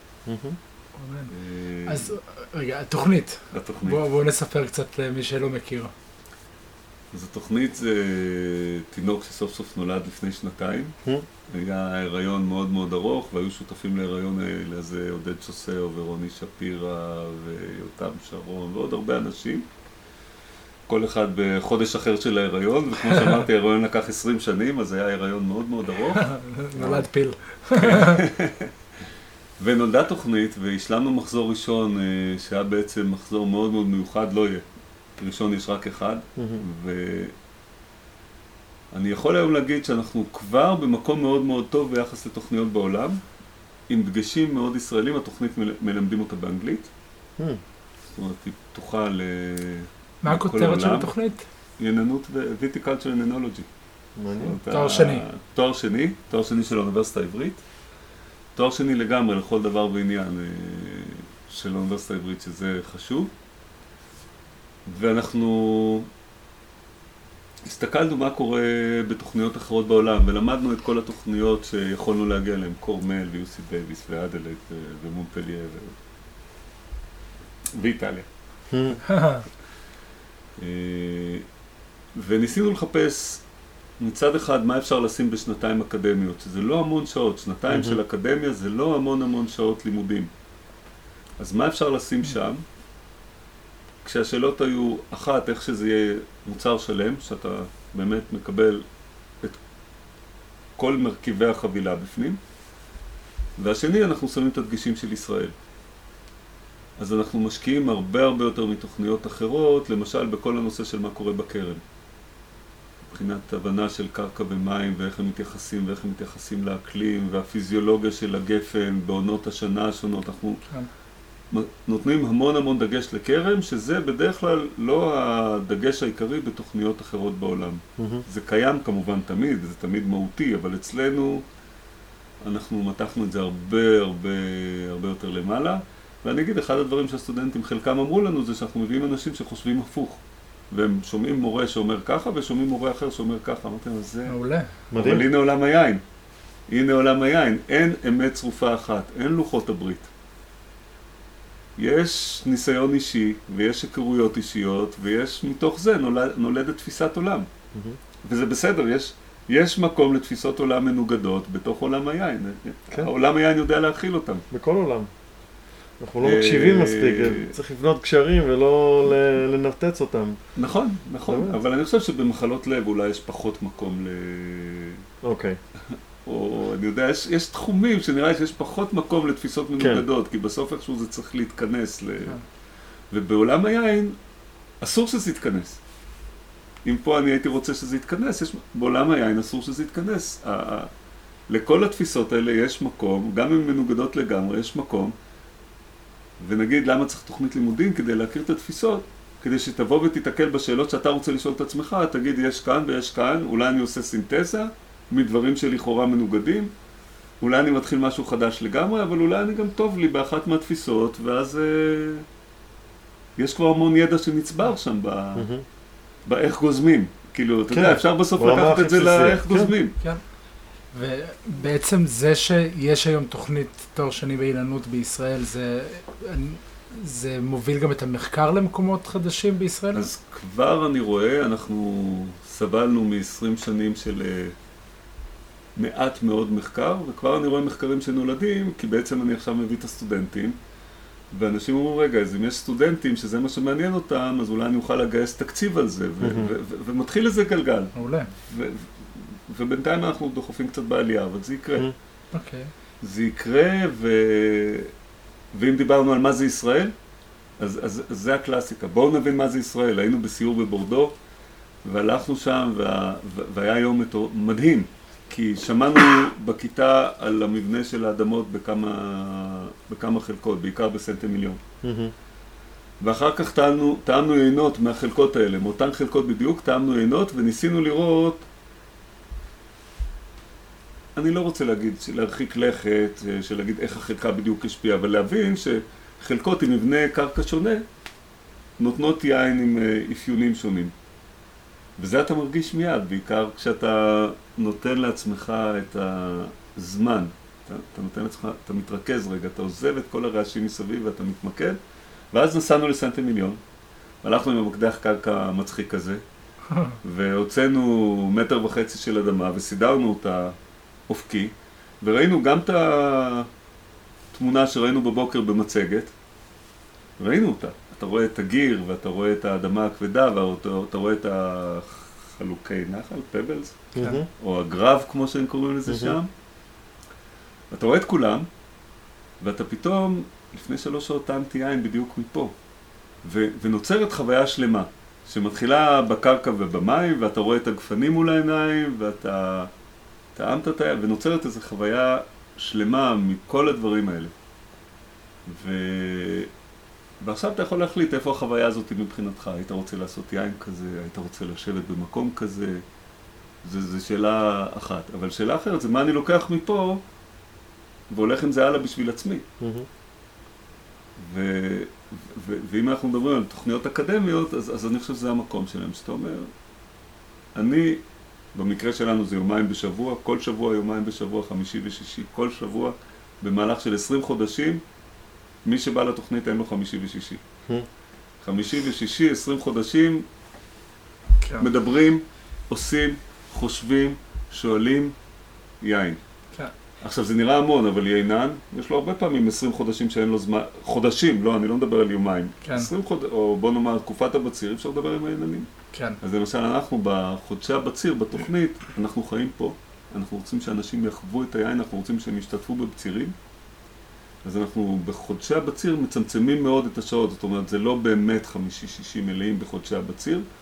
אז רגע, התוכנית. בואו נספר קצת למי שלא מכיר. אז התוכנית זה תינוק שסוף סוף נולד לפני 2 שנתיים. היה היריון מאוד מאוד ארוך, והיו שותפים להיריון האלה, זה עודד שוסר ורוני שפירא ויותם שרון ועוד הרבה אנשים. כל אחד בחודש אחר של ההיריון, וכמו שאמרתי, ההיריון לקח 20 שנים, אז היה היריון מאוד מאוד ארוך. נולד פיל. ונולדה תוכנית, והשלמנו מחזור ראשון, שהיה בעצם מחזור מאוד מאוד מיוחד, לא יהיה. ראשון יש רק אחד, ואני יכול היום להגיד שאנחנו כבר במקום מאוד מאוד טוב ביחס לתוכניות בעולם, עם דגשים מאוד ישראלים, התוכנית מלמדים אותה באנגלית. זאת אומרת, היא פתוחה לכל העולם. מה הכותרת של התוכנית? ענייננות ו-Viticulture and Enology. תואר שני. תואר שני של האוניברסיטה העברית. תואר שני לגמרי לכל דבר בעניין של האוניברסיטה העברית, שזה חשוב. ואנחנו הסתכלנו מה קורה בתוכניות אחרות בעולם, ולמדנו את כל התוכניות שיכולנו להגיע אליהן, קורנל ויוסי דייוויס ואדלט ומונפליה ואיטליה. וניסינו לחפש מצד אחד מה אפשר לשים בשנתיים אקדמיות, שזה לא המון שעות, שנתיים של אקדמיה זה לא המון שעות לימודים. אז מה אפשר לשים שם? כשהשאלות היו, אחת, איך שזה יהיה מוצר שלם, שאתה באמת מקבל את כל מרכיבי החבילה בפנים, והשני, אנחנו שמים את הדגשים של ישראל. אז אנחנו משקיעים הרבה יותר מתוכניות אחרות, למשל בכל הנושא של מה קורה בקרן. מבחינת הבנה של קרקע ומים ואיך הם מתייחסים ואיך הם מתייחסים לאקלים והפיזיולוגיה של הגפן בעונות השנה השונות. אנחנו נותנים המון דגש לכרם, שזה בדרך כלל לא הדגש העיקרי בתוכניות אחרות בעולם. זה קיים כמובן תמיד, זה תמיד מהותי, אבל אצלנו אנחנו מתחנו את זה הרבה יותר למעלה. ואני אגיד, אחד הדברים שהסטודנטים חלקם אמרו לנו זה שאנחנו מביאים אנשים שחושבים הפוך. והם שומעים מורה שאומר ככה ושומעים מורה אחר שאומר ככה. אמרתם, אז זה... מעולה. אבל הנה עולם היין. הנה עולם היין. אין אמת צרופה אחת, אין לוחות הברית. יש ניסיון אישי, ויש היכרויות אישיות, ויש מתוך זה נולדת תפיסת עולם. וזה בסדר, יש מקום לתפיסות עולם מנוגדות בתוך עולם היין. כן. העולם היין יודע להכיל אותם. בכל עולם. אנחנו לא מקשיבים מספיק, צריך לבנות קשרים ולא לנרטץ אותם. נכון, אבל אני חושב שבמחלות לב אולי יש פחות מקום אוקיי. או אני יודע, יש תחומים שנראה שיש פחות מקום לתפיסות מנוגדות, כי בסוף איכשהו זה צריך להתכנס. ובעולם היין אסור שזה יתכנס. אם פה אני הייתי רוצה שזה יתכנס, בעולם היין אסור שזה יתכנס. לכל התפיסות האלה יש מקום, גם אם מנוגדות לגמרי, יש מקום. ונגיד למה צריך תוכנית לימודים כדי להכיר את התפיסות, כדי שתבוא ותתקל בשאלות שאתה רוצה לשאול את עצמך, תגיד יש כאן ויש כאן, אולי אני עושה סינתזה מדברים שלכאורה מנוגדים, אולי אני מתחיל משהו חדש לגמרי, אבל אולי אני גם טוב לי באחת מהתפיסות, ואז יש כבר המון ידע שנצבר שם באיך גוזמים. כאילו, אתה יודע, אפשר בסוף לקחת את זה לאיך גוזמים. כן. ובעצם זה שיש היום תוכנית תואר שני באילנות בישראל, זה מוביל גם את המחקר למקומות חדשים בישראל? אז כבר אני רואה, אנחנו סבלנו מ-20 שנים של מעט מאוד מחקר, וכבר אני רואה מחקרים שנולדים, כי בעצם אני עכשיו מביא את הסטודנטים, ואנשים אומרים, רגע, אז אם יש סטודנטים שזה מה שמעניין אותם, אז אולי אני אוכל לגייס תקציב על זה, ומתחיל איזה גלגל. מעולה. ובינתיים אנחנו דוחפים קצת בעלייה, אבל זה יקרה. אוקיי. זה יקרה, ואם דיברנו על מה זה ישראל, אז זה הקלאסיקה. בואו נבין מה זה ישראל. היינו בסיור בבורדו, והלכנו שם, והיה יום מדהים, כי שמענו בכיתה על המבנה של האדמות בכמה חלקות, בעיקר בסנטה מיליון. ואחר כך טעמנו יינות מהחלקות האלה, מאותן חלקות בדיוק, טעמנו יינות, וניסינו לראות, אני לא רוצה להרחיק לכת, של להגיד איך החלקה בדיוק השפיעה, אבל להבין שחלקות עם מבנה קרקע שונה, נותנות יין עם אפיונים שונים. וזה אתה מרגיש מיד, בעיקר כשאתה נותן לעצמך את הזמן. אתה נותן לעצמך, אתה מתרכז רגע, אתה עוזב את כל הרעשים מסביב ואתה מתמקד. ואז נסענו לסנטה מיליון, הלכנו עם המקדח קרקע מצחיק כזה, והוצאנו 1.5 מטר של אדמה וסידרנו אותה אופקי, וראינו גם את התמונה שראינו בבוקר במצגת, ראינו אותה. אתה רואה את הגיר, ואתה רואה את האדמה הכבדה, ואתה רואה את החלוקי נחל, פבלס, או הגרב, כמו שהם קוראים לזה שם. ואתה רואה את כולם, ואתה פתאום, לפני 3 שעות טעמתי יין בדיוק מפה. ונוצרת חוויה שלמה, שמתחילה בקרקע ובמים, ואתה רואה את הגפנים מול העיניים, ואתה טעמת את היין, ונוצרת איזו חוויה שלמה מכל הדברים האלה. ועכשיו אתה יכול להחליט איפה החוויה הזאת מבחינתך. היית רוצה לעשות יין כזה, היית רוצה לשבת במקום כזה, זו שאלה אחת. אבל שאלה אחרת זה מה אני לוקח מפה והולך עם זה הלאה בשביל עצמי. ואם אנחנו מדברים על תוכניות אקדמיות, אז אני חושב שזה המקום שלהם, שאתה אומר, אני, במקרה שלנו זה יומיים בשבוע, כל שבוע יומיים בשבוע, 5 ו-6, כל שבוע, במהלך של 20 חודשים, מי שבא לתוכנית אין לו 5 ו-6. 5 ו-6, 20 חודשים, מדברים, עושים, חושבים, שואלים, יין. עכשיו זה נראה המון, אבל יינן, יש לו הרבה פעמים 20 חודשים שאין לו זמן, חודשים, לא, אני לא מדבר על יומיים. 20 חודשים, או בוא נאמר, תקופת הבציר, אפשר לדבר עם הייננים. אז למשל, אנחנו בחודשי הבציר, בתוכנית, אנחנו חיים פה, אנחנו רוצים שאנשים יחוו את היין, אנחנו רוצים שהם ישתתפו בבצירים. אז אנחנו בחודשי הבציר מצמצמים מאוד את השעות, זאת אומרת, זה לא באמת 5-6 מלאים בחודשי הבציר,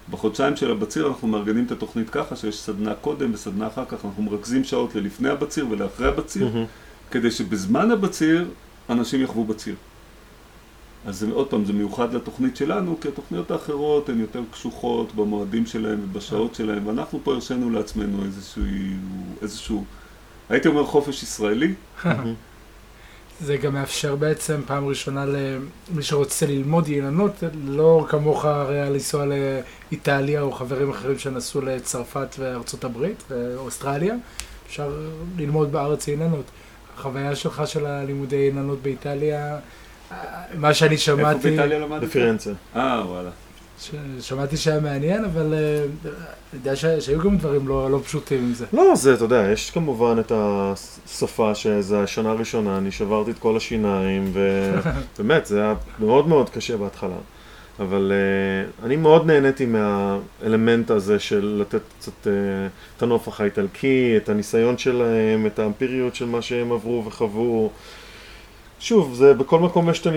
בחודשיים של הבציר אנחנו מארגנים את התוכנית ככה שיש סדנה קודם וסדנה אחר כך, אנחנו מרכזים שעות ללפני הבציר ולאחרי הבציר, כדי שבזמן הבציר אנשים יחוו בציר. אז עוד פעם, זה מיוחד לתוכנית שלנו, כי התוכניות האחרות הן יותר קשוחות במועדים שלהם ובשעות שלהם, ואנחנו פה הרשינו לעצמנו איזשהו, הייתי אומר חופש ישראלי. זה גם מאפשר בעצם פעם ראשונה למי שרוצה ללמוד אילנות, לא כמוך הרי לנסוע לאיטליה או חברים אחרים שנסעו לצרפת וארצות הברית ואוסטרליה, אפשר ללמוד בארץ אילנות. החוויה שלך של הלימודי אילנות באיטליה, מה שאני שמעתי... איפה באיטליה למדת? בפירנצה. וואלה. שמעתי שהיה מעניין, אבל יודע שהיו גם דברים לא פשוטים עם זה. לא, זה, אתה יודע, יש כמובן את השפה שזה השנה הראשונה, אני שברתי את כל השיניים, ובאמת, זה היה מאוד מאוד קשה בהתחלה. אבל אני מאוד נהניתי מהאלמנט הזה של לתת קצת את הנופח האיטלקי, את הניסיון שלהם, את האמפיריות של מה שהם עברו וחוו. שוב, זה בכל מקום יש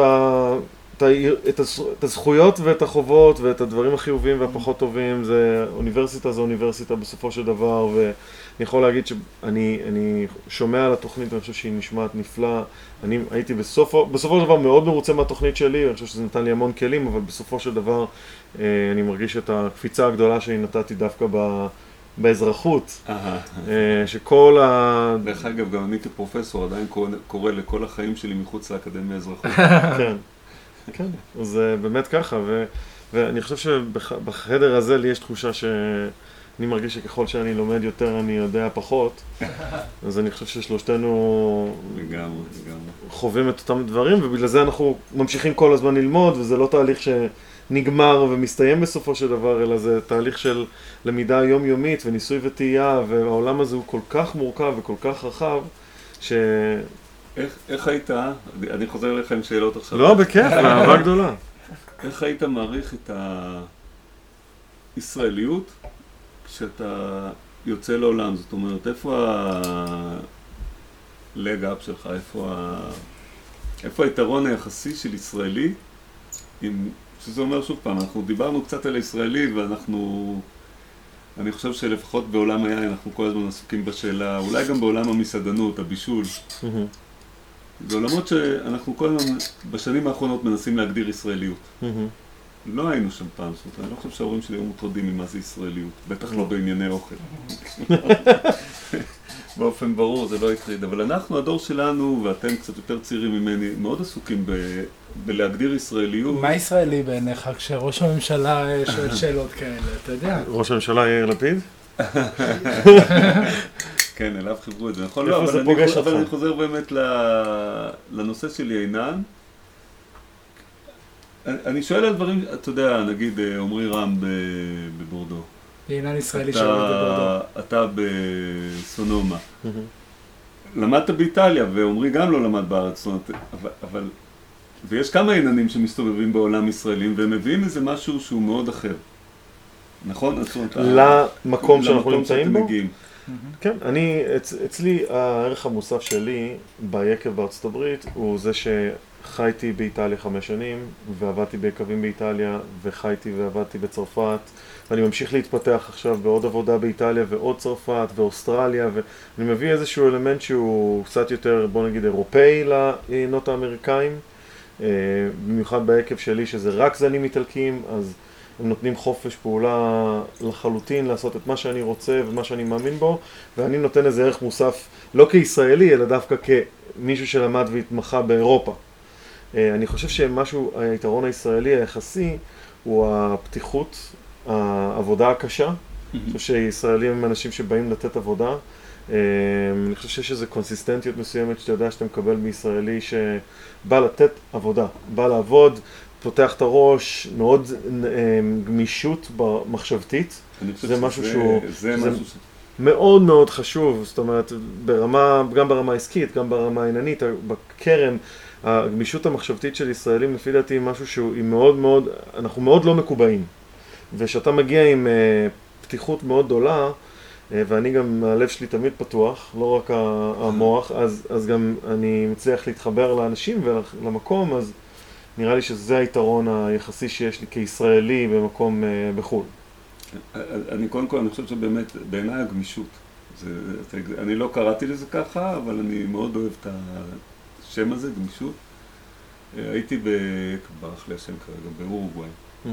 את הזכויות ואת החובות ואת הדברים החיוביים והפחות טובים. זה אוניברסיטה בסופו של דבר, ואני יכול להגיד שאני שומע על התוכנית, אני חושב שהיא נשמעת נפלא. אני הייתי בסופו של דבר מאוד מרוצה מהתוכנית שלי, אני חושב שזה נתן לי המון כלים, אבל בסופו של דבר אני מרגיש את הקפיצה הגדולה שאני נתתי דווקא באזרחות, שכל דרך אגב, גם אני כפרופסור עדיין קורא לכל החיים שלי מחוץ לאקדמיה האזרחות. כן, כן, אז באמת ככה, ואני חושב שבחדר הזה לי יש תחושה שאני מרגיש שככל שאני לומד יותר אני יודע פחות, אז אני חושב ששלושתנו חווים את אותם דברים, ובגלל זה אנחנו ממשיכים כל הזמן ללמוד, וזה לא תהליך נגמר ומסתיים בסופו של דבר, אלא זה תהליך של למידה יומיומית וניסוי וטעייה, והעולם הזה הוא כל כך מורכב וכל כך רחב, איך היית, אני חוזר אליך עם שאלות עכשיו. לא, בכיף, אהבה גדולה. איך היית מעריך את הישראליות כשאתה יוצא לעולם? זאת אומרת, איפה הלג-אפ שלך, איפה היתרון היחסי של ישראלי, שזה אומר שוב פעם, אנחנו דיברנו קצת על הישראלי אני חושב שלפחות בעולם היין אנחנו כל הזמן עסוקים בשאלה, אולי גם בעולם המסעדנות, הבישול. זה עולמות שאנחנו כל הזמן בשנים האחרונות מנסים להגדיר ישראליות. לא היינו שם פעם, זאת אומרת, אני לא חושב שההורים שלי היו מוטרדים ממה זה ישראליות, בטח לא בענייני אוכל. באופן ברור, זה לא הטריד, אבל אנחנו, הדור שלנו, ואתם קצת יותר צעירים ממני, מאוד עסוקים בלהגדיר ישראליות. מה ישראלי בעיניך כשראש הממשלה שואל שאלות כאלה, אתה יודע? ראש הממשלה יאיר לפיד? כן, אליו חיברו את זה, נכון? לא, אבל אני חוזר באמת לנושא של יינן. אני שואל על דברים, אתה יודע, נגיד עומרי רם בבורדו. יינן ישראלי שעובד בבורדו. אתה בסונומה. למדת באיטליה, ועומרי גם לא למד בארץ, אבל... ויש כמה עיננים שמסתובבים בעולם ישראלים, והם מביאים איזה משהו שהוא מאוד אחר. נכון? למקום שאנחנו נמצאים בו? כן, אצלי הערך המוסף שלי ביקב בארצות הברית הוא זה שחייתי באיטליה 5 שנים, ועבדתי ביקבים באיטליה, וחייתי ועבדתי בצרפת, ואני ממשיך להתפתח עכשיו בעוד עבודה באיטליה ועוד צרפת ואוסטרליה, ואני מביא איזשהו אלמנט שהוא קצת יותר, בוא נגיד, אירופאי לעינות האמריקאים, במיוחד ביקב שלי שזה רק זנים איטלקיים, אז הם נותנים חופש פעולה לחלוטין לעשות את מה שאני רוצה ומה שאני מאמין בו, ואני נותן איזה ערך מוסף לא כישראלי אלא דווקא כמישהו שלמד והתמחה באירופה. אני חושב שמשהו, היתרון הישראלי היחסי הוא הפתיחות, העבודה הקשה. אני חושב שישראלים הם אנשים שבאים לתת עבודה. אני חושב שיש איזו קונסיסטנטיות מסוימת שאתה יודע שאתה מקבל מישראלי שבא לתת עבודה, בא לעבוד, פותח את הראש, מאוד גמישות במחשבתית. זה משהו שהוא מאוד מאוד חשוב, זאת אומרת, גם ברמה העסקית, גם ברמה העיננית, בקרן, הגמישות המחשבתית של ישראלים לפי דעתי היא משהו שהוא מאוד מאוד, אנחנו מאוד לא מקובעים. ושאתה מגיע עם פתיחות מאוד גדולה, ואני גם, הלב שלי תמיד פתוח, לא רק המוח, אז גם אני מצליח להתחבר לאנשים ולמקום, אז נראה לי שזה היתרון היחסי שיש לי כישראלי במקום בחו"ל. אני קודם כל, אני חושב שבאמת, בעיניי הגמישות. אני לא קראתי לזה ככה, אבל אני מאוד אוהב את השם הזה, גמישות. הייתי ברח לי השם כרגע, באורוגוואי,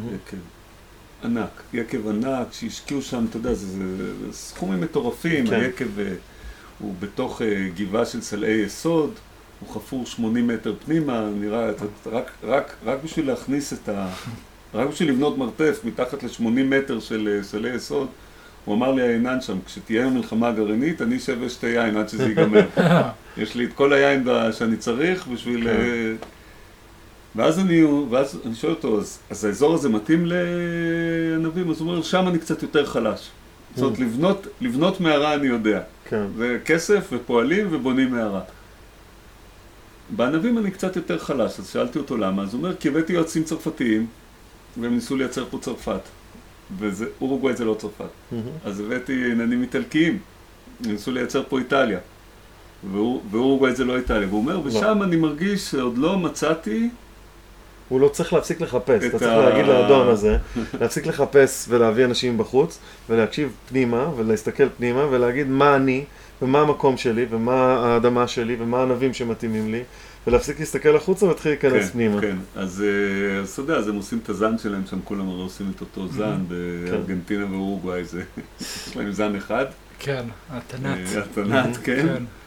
יקב ענק, שהשקיעו שם, אתה יודע, זה סכומים מטורפים, היקב הוא בתוך גבעה של סלעי יסוד, הוא חפור 80 מטר פנימה, נראה, רק בשביל להכניס רק בשביל לבנות מרתף מתחת ל-80 מטר של סלעי יסוד, הוא אמר לי העינן שם, כשתהיה מלחמה גרעינית, אני אשב ושתה יין עד שזה ייגמר. יש לי את כל היין שאני צריך בשביל... ואז אני שואל אותו, אז האזור הזה מתאים לענבים? אז הוא אומר, שם אני קצת יותר חלש. זאת אומרת, לבנות מערה אני יודע. זה כסף ופועלים ובונים מערה. בענבים אני קצת יותר חלש, אז שאלתי אותו למה. אז הוא אומר, כי הבאתי יועצים צרפתיים, והם ניסו לייצר פה צרפת. ואורוגוואי זה לא צרפת. אז הבאתי עננים איטלקיים, הם ניסו לייצר פה איטליה. ואורוגוואי זה לא איטליה. והוא אומר, ושם אני מרגיש שעוד לא מצאתי... הוא לא צריך להפסיק לחפש, אתה צריך להגיד לאדון הזה, להפסיק לחפש ולהביא אנשים בחוץ, ולהקשיב פנימה, ולהסתכל פנימה, ולהגיד מה אני, ומה המקום שלי, ומה האדמה שלי, ומה הענבים שמתאימים לי, ולהפסיק להסתכל החוצה ולהתחיל להיכנס פנימה. כן, אז אתה יודע, אז הם עושים את הזן שלהם שם, כולם הרי עושים את אותו זן, בארגנטינה ואורוגוואי, יש להם זן אחד. כן, התנת. התנת, כן.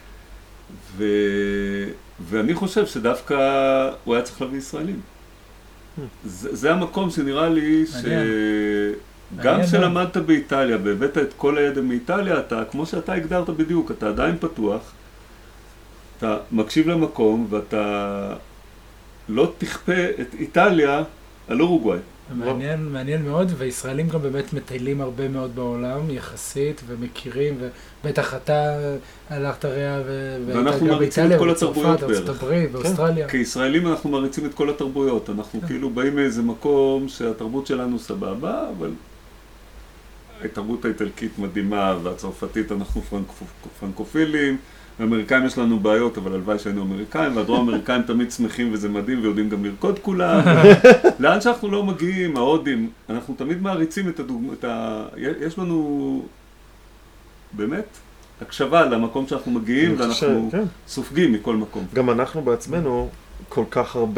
ואני חושב שדווקא הוא היה צריך להביא ישראלים. זה המקום שנראה לי שגם כשלמדת באיטליה והבאת את כל הידע מאיטליה, אתה, כמו שאתה הגדרת בדיוק, אתה עדיין פתוח, אתה מקשיב למקום ואתה לא תכפה את איטליה על אורוגוואי. מעניין מאוד, וישראלים גם באמת מטיילים הרבה מאוד בעולם, יחסית, ומכירים, ובטח אתה הלכת רע, ואנחנו מריצים את כל התרבויות ארצות הברית, ואוסטרליה. כישראלים אנחנו מריצים את כל התרבויות, אנחנו כאילו באים מאיזה מקום שהתרבות שלנו סבבה, אבל התרבות האיטלקית מדהימה, והצרפתית אנחנו פרנקופילים, האמריקאים יש לנו בעיות, אבל הלוואי שהיינו אמריקאים, והדרום האמריקאים תמיד שמחים וזה מדהים, ויודעים גם לרקוד כולם. לאן שאנחנו לא מגיעים, ההודים, אנחנו תמיד מעריצים יש לנו באמת הקשבה למקום שאנחנו מגיעים, ואנחנו סופגים מכל מקום. גם אנחנו בעצמנו כל כך הרבה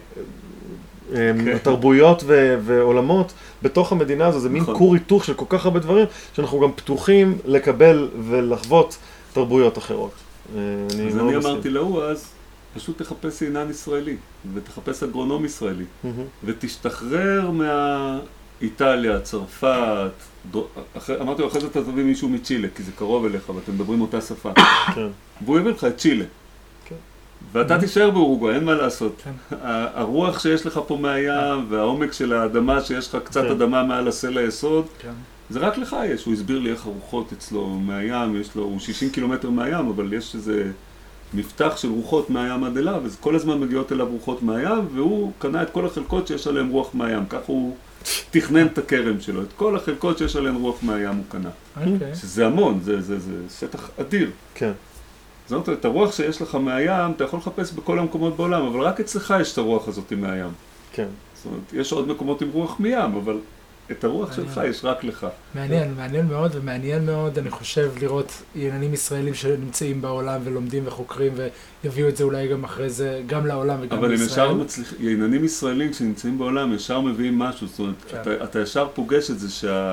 תרבויות ועולמות בתוך המדינה הזו, זה מין כור היתוך של כל כך הרבה דברים, שאנחנו גם פתוחים לקבל ולחוות תרבויות אחרות. אז אני אמרתי להוא אז, פשוט תחפש עינן ישראלי, ותחפש אגרונום ישראלי, ותשתחרר מהאיטליה, צרפת, אמרתי לו, אחרי זה אתה תביא מישהו מצ'ילה, כי זה קרוב אליך, ואתם מדברים אותה שפה. והוא הביא לך את צ'ילה. ואתה תישאר באורוגוואי, אין מה לעשות. הרוח שיש לך פה מהים, והעומק של האדמה, שיש לך קצת אדמה מעל הסלע היסוד, זה רק לך יש, הוא הסביר לי איך הרוחות אצלו מהים, הוא 60 קילומטר מהים, אבל יש איזה מפתח של רוחות מהים עד אליו, אז כל הזמן מגיעות אליו רוחות מהים, והוא קנה את כל החלקות שיש עליהן רוח מהים, כך הוא תכנן את הכרם שלו, את כל החלקות שיש עליהן רוח מהים הוא קנה. שזה המון, זה שטח אדיר. כן. זאת אומרת, את הרוח שיש לך מהים, אתה יכול לחפש בכל המקומות בעולם, אבל רק אצלך יש את הרוח הזאת מהים. כן. זאת אומרת, יש עוד מקומות עם רוח מים, אבל את הרוח שלך יש רק לך. מעניין מאוד, ומעניין מאוד, אני חושב, לראות עניינים ישראלים שנמצאים בעולם ולומדים וחוקרים, ויביאו את זה אולי גם אחרי זה, גם לעולם וגם לישראל. אבל הם ישר עניינים ישראלים שנמצאים בעולם, ישר מביאים משהו, זאת אומרת, אתה ישר פוגש את זה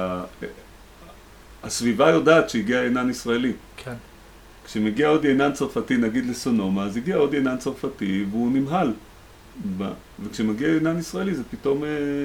שהסביבה יודעת שהגיע עינן ישראלי. כן. כשמגיע עוד עינן צרפתי, נגיד לסונומה, אז הגיע עוד עינן צרפתי והוא נמהל. וכשמגיע עינן ישראלי זה פתאום...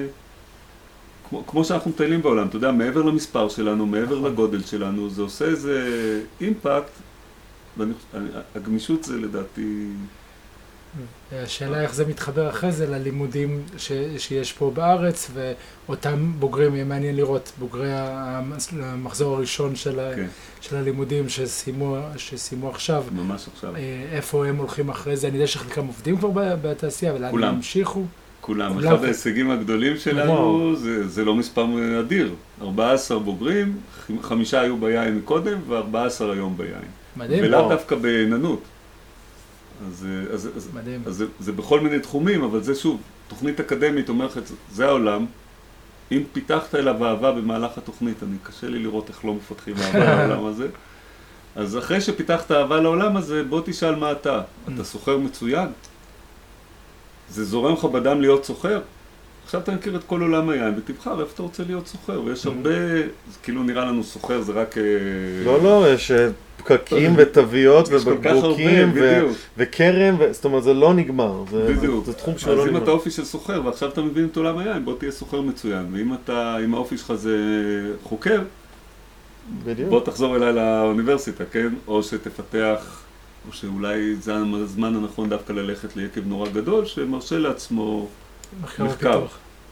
כמו שאנחנו מטיילים בעולם, אתה יודע, מעבר למספר שלנו, מעבר לגודל שלנו, זה עושה איזה אימפקט, והגמישות זה לדעתי... השאלה איך זה מתחבר אחרי זה ללימודים שיש פה בארץ, ואותם בוגרים, יהיה מעניין לראות, בוגרי המחזור הראשון של הלימודים שסיימו עכשיו. ממש עכשיו. איפה הם הולכים אחרי זה, אני יודע שחלקם עובדים כבר בתעשייה, ולאן הם המשיכו. כולם. אחד ההישגים הגדולים שלנו, זה לא מספר אדיר. 14 בוגרים, 5 היו ביין מקודם, ו14 היום ביין. מדהים. ולאו דווקא בעיננות. אז מדהים. זה בכל מיני תחומים, אבל זה שוב, תוכנית אקדמית אומרת, זה העולם, אם פיתחת אליו אהבה במהלך התוכנית, קשה לי לראות איך לא מפתחים אהבה לעולם הזה, אז אחרי שפיתחת אהבה לעולם הזה, בוא תשאל מה אתה. אתה סוחר מצוין? זה זורם לך בדם להיות סוחר? עכשיו אתה מכיר את כל עולם היין, ותבחר איפה אתה רוצה להיות סוחר, ויש הרבה, זה כאילו נראה לנו סוחר, זה רק... לא, יש פקקים ותוויות ובקבוקים וקרם, זאת אומרת, זה לא נגמר, זה תחום שלא נגמר. אז אם אתה אופי של סוחר, ועכשיו אתה מבין את עולם היין, בוא תהיה סוחר מצוין, ואם האופי שלך זה חוקר, בוא תחזור אליי לאוניברסיטה, כן? או שתפתח, או שאולי זה הזמן הנכון דווקא ללכת ליקב נורא גדול, שמרשה לעצמו מחקר.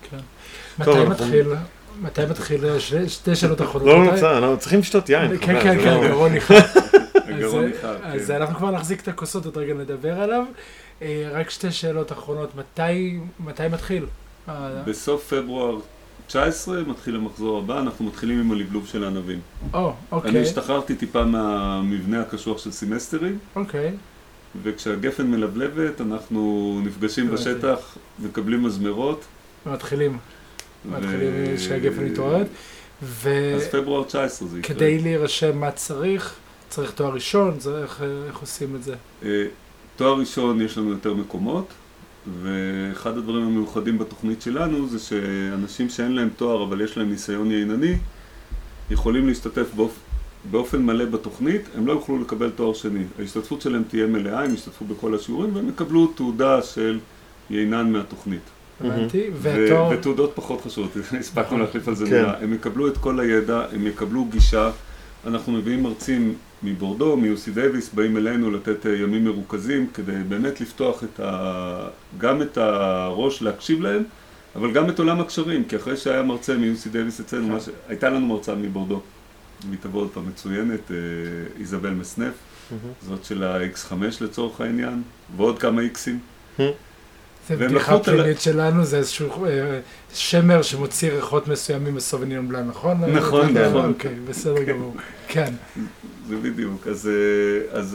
מתי מתחיל? שתי שאלות אחרונות. לא נוצא, אנחנו צריכים לשתות יין. כן, גרון ניחר. אז אנחנו כבר נחזיק את הכוסות, עוד רגע נדבר עליו. רק שתי שאלות אחרונות, מתי מתחיל? בסוף פברואר 19 מתחיל המחזור הבא, אנחנו מתחילים עם הלבלוב של הענבים. אוקיי. אני השתחררתי טיפה מהמבנה הקשוח של סמסטרים. אוקיי. וכשהגפן מלבלבת, אנחנו נפגשים בשטח, מקבלים מזמרות. מתחילים שהגפן מתעוררת. אז פברואר 19 זה יקרה. כדי להירשם מה צריך תואר ראשון, איך עושים את זה? תואר ראשון יש לנו יותר מקומות, ואחד הדברים המיוחדים בתוכנית שלנו זה שאנשים שאין להם תואר אבל יש להם ניסיון יינני, יכולים להשתתף באופן מלא בתוכנית, הם לא יוכלו לקבל תואר שני. ההשתתפות שלהם תהיה מלאה, הם ישתתפו בכל השיעורים והם יקבלו תעודה של יינן מהתוכנית. הבנתי, ותעודות פחות חשובות, הספקנו להחליף על זה מילה. הם יקבלו את כל הידע, הם יקבלו גישה. אנחנו מביאים מרצים מבורדו, מיוסי דייביס, באים אלינו לתת ימים מרוכזים כדי באמת לפתוח גם את הראש להקשיב להם, אבל גם את עולם הקשרים, כי אחרי שהיה מרצה מיוסי דייביס אצלנו, הייתה לנו מרצה מבורדו, היא תבוא עוד פעם מצוינת, איזבל מסנף, זאת של ה-X5 לצורך העניין, ועוד כמה X'ים. זה בדיחה פלילית שלנו, זה איזשהו שמר שמוציא ריחות מסוימים בסוביניון בלאן, נכון? נכון. אוקיי, בסדר גמור. כן. זה בדיוק. אז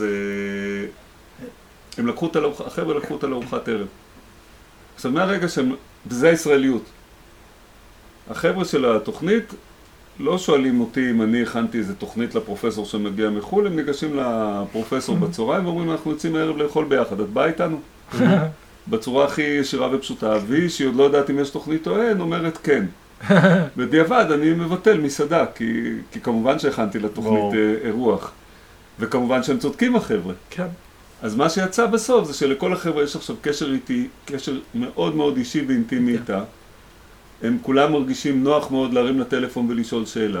הם לקחו אותה לארוחת, החבר'ה לקחו אותה לארוחת ערב. עכשיו, מהרגע שהם, וזה הישראליות. החבר'ה של התוכנית לא שואלים אותי אם אני הכנתי איזה תוכנית לפרופסור שמגיע מחול, הם ניגשים לפרופסור בצהריים ואומרים, אנחנו יוצאים הערב לאכול ביחד, את באה איתנו? בצורה הכי ישירה ופשוטה, אבי, שהיא עוד לא יודעת אם יש תוכנית או אין, אומרת כן. בדיעבד אני מבטל מסעדה, כי כמובן שהכנתי לתוכנית אירוח. וכמובן שהם צודקים החבר'ה. כן. אז מה שיצא בסוף זה שלכל החבר'ה יש עכשיו קשר איתי, קשר מאוד מאוד אישי ואינטימי איתה. הם כולם מרגישים נוח מאוד להרים לטלפון ולשאול שאלה.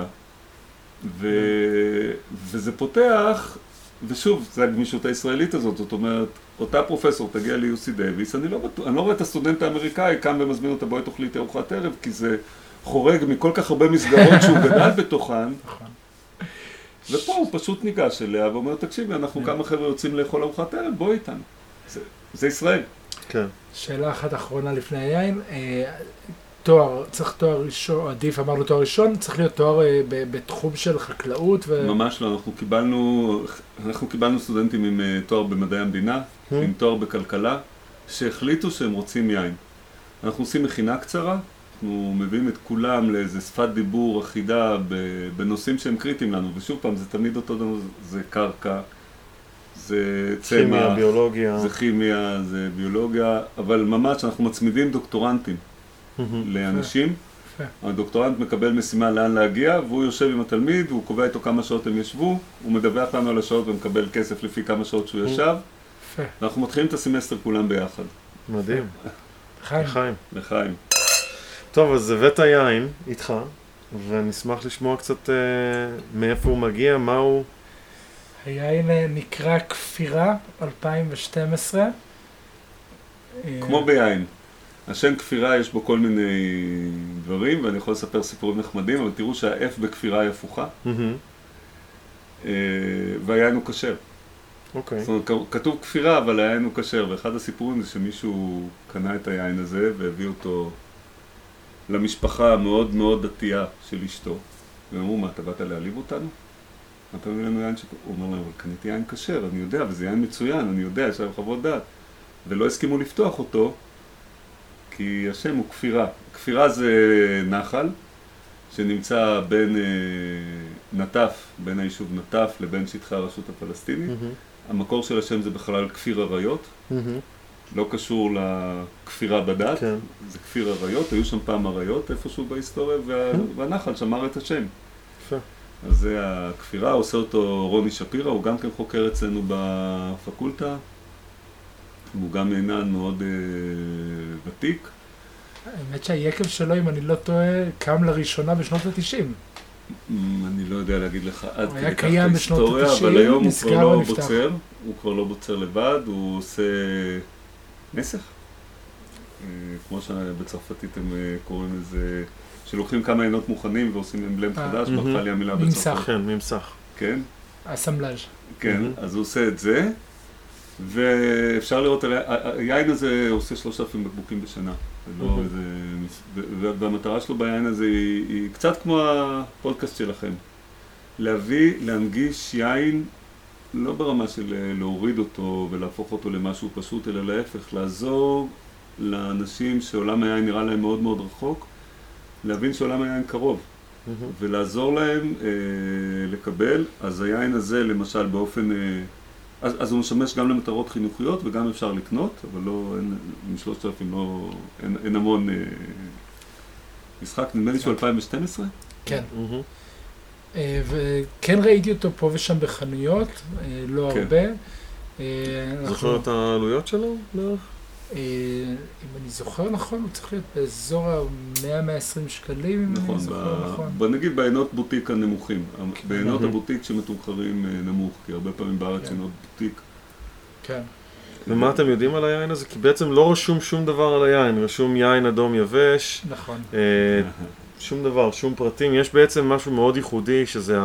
וזה פותח, ושוב, זה הגמישות הישראלית הזאת, זאת אומרת, אותה פרופסור תגיע ליוסי דייביס, אני לא רואה את הסטודנט האמריקאי קם ומזמין אותה בואי תאכלי ארוחת ערב, כי זה חורג מכל כך הרבה מסגרות שהוא גדל בתוכן. ופה הוא פשוט ניגש אליה ואומר, תקשיבי, אנחנו כמה חבר'ה יוצאים לאכול ארוחת ערב, בואי איתנו. זה ישראל. כן. שאלה אחת אחרונה לפני היין, צריך תואר ראשון, עדיף אמרנו תואר ראשון, צריך להיות תואר בתחום של חקלאות ממש לא, אנחנו קיבלנו סטודנטים עם תואר במדעי המדינה, עם תואר בכלכלה, שהחליטו שהם רוצים יין. אנחנו עושים מכינה קצרה, אנחנו מביאים את כולם לאיזה שפת דיבור אחידה בנושאים שהם קריטיים לנו, ושוב פעם, זה תמיד אותו דבר, זה קרקע, זה צמח, כימיה, ביולוגיה. זה כימיה, זה ביולוגיה, אבל ממש אנחנו מצמידים דוקטורנטים לאנשים. הדוקטורנט מקבל משימה לאן להגיע, והוא יושב עם התלמיד, והוא קובע איתו כמה שעות הם ישבו, הוא מדווח לנו על השעות ומקבל כסף לפי כמה שעות שהוא ישב. ואנחנו מתחילים את הסמסטר כולם ביחד. מדהים. לחיים. לחיים. טוב, אז הבאת יין איתך, ונשמח לשמוע קצת מאיפה הוא מגיע, מה הוא... היין נקרא כפירה 2012. כמו ביין. השם כפירה יש בו כל מיני דברים, ואני יכול לספר סיפורים נחמדים, אבל תראו שה-F בכפירה היא הפוכה. והיין הוא כשר. אוקיי. זאת אומרת, כתוב כפירה, אבל היין הוא כשר, ואחד הסיפורים זה שמישהו קנה את היין הזה, והביא אותו למשפחה המאוד מאוד דתייה של אשתו. והם אמרו, מה, אתה באת להעליב אותנו? אתה מביא לנו יין הוא אומר להם, אבל קניתי יין כשר, אני יודע, וזה יין מצוין, אני יודע, יש להם חוות דעת. ולא הסכימו לפתוח אותו, כי השם הוא כפירה. כפירה זה נחל שנמצא בין נטף, בין היישוב נטף לבין שטחי הרשות הפלסטינית. המקור של השם זה בכלל כפיר אריות. לא קשור לכפירה בדת, זה כפיר אריות, היו שם פעם אריות איפשהו בהיסטוריה, והנחל שמר את השם. אז זה הכפירה, עושה אותו רוני שפירא, הוא גם כן חוקר אצלנו בפקולטה, הוא גם עינן מאוד ותיק. האמת שהיקב שלו, אם אני לא טועה, קם לראשונה בשנות ה-90. אני לא יודע להגיד לך עד כדי כך את ההיסטוריה, אבל היום הוא כבר לא בוצר, הוא כבר לא בוצר לבד, הוא עושה נסח, כמו שבצרפתית הם קוראים לזה, שלוקחים כמה עינות מוכנים ועושים עם בלנד חדש, ברכה לי המילה בצרפתית. כן, ממסך. כן. אסמבלאז'. כן, אז הוא עושה את זה, ואפשר לראות, היין הזה עושה 3,000 בקבוקים בשנה. והמטרה שלו ביין הזה היא קצת כמו הפודקאסט שלכם. להנגיש יין לא ברמה של להוריד אותו ולהפוך אותו למשהו פשוט, אלא להפך, לעזור לאנשים שעולם היין נראה להם מאוד מאוד רחוק, להבין שעולם היין קרוב, ולעזור להם לקבל. אז היין הזה למשל באופן, אז הוא משמש גם למטרות חינוכיות וגם אפשר לקנות, אבל לא, מ-3,000 לא, אין המון משחק, נדמה לי שהוא 2012? כן. וכן ראיתי אותו פה ושם בחנויות, לא הרבה. זוכר את העלויות שלו בערך? אם אני זוכר נכון, הוא צריך להיות באזור ה-100-120 שקלים, אם אני זוכר נכון. בוא נגיד בעינות בוטיק הנמוכים, בעינות הבוטיק שמתומחרים נמוך, כי הרבה פעמים בארץ עינות בוטיק. כן. ומה אתם יודעים על היין הזה? כי בעצם לא רשום שום דבר על היין, רשום יין אדום יבש. נכון. שום דבר, שום פרטים. יש בעצם משהו מאוד ייחודי, שזה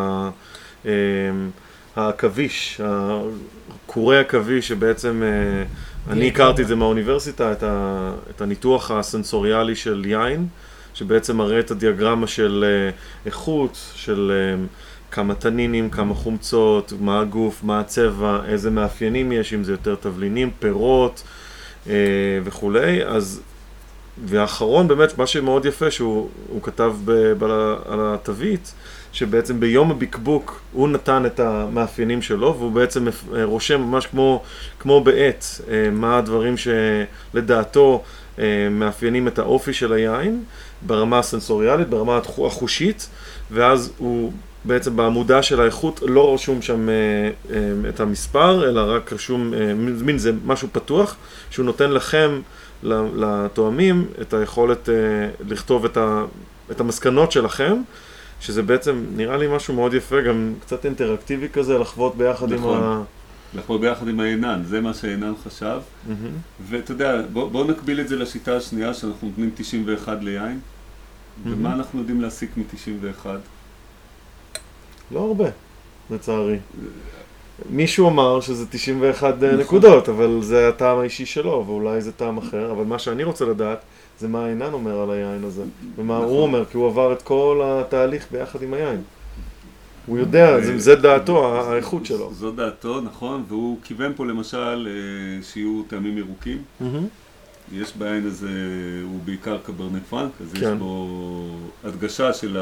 העכביש, קורי עכביש, שבעצם אני הכרתי את זה מהאוניברסיטה, את הניתוח הסנסוריאלי של יין, שבעצם מראה את הדיאגרמה של איכות, של כמה תנינים, כמה חומצות, מה הגוף, מה הצבע, איזה מאפיינים יש, אם זה יותר תבלינים, פירות וכולי. אז והאחרון באמת, מה שמאוד יפה שהוא כתב על התווית, שבעצם ביום הבקבוק הוא נתן את המאפיינים שלו, והוא בעצם רושם ממש כמו בעט, מה הדברים שלדעתו מאפיינים את האופי של היין, ברמה הסנסוריאלית, ברמה החושית, ואז הוא בעצם בעמודה של האיכות לא רשום שם את המספר, אלא רק רשום, מין זה משהו פתוח, שהוא נותן לכם, לתואמים, את היכולת לכתוב את המסקנות שלכם, שזה בעצם נראה לי משהו מאוד יפה, גם קצת אינטראקטיבי כזה, לחוות ביחד עם לחוות ביחד עם העינן, זה מה שהעינן חשב. ואתה יודע, בוא נקביל את זה לשיטה השנייה, שאנחנו נותנים 91 ליין, ומה אנחנו יודעים להסיק מ-91? לא הרבה, לצערי. מישהו אמר שזה 91 נקודות, אבל זה הטעם האישי שלו, ואולי זה טעם אחר, אבל מה שאני רוצה לדעת, זה מה העינן אומר על היין הזה, ומה הוא אומר, כי הוא עבר את כל התהליך ביחד עם היין. הוא יודע, זה דעתו, האיכות שלו. זו דעתו, נכון, והוא כיוון פה למשל שיהיו טעמים ירוקים. יש ביין הזה, הוא בעיקר קברנט פרנק, אז יש בו הדגשה של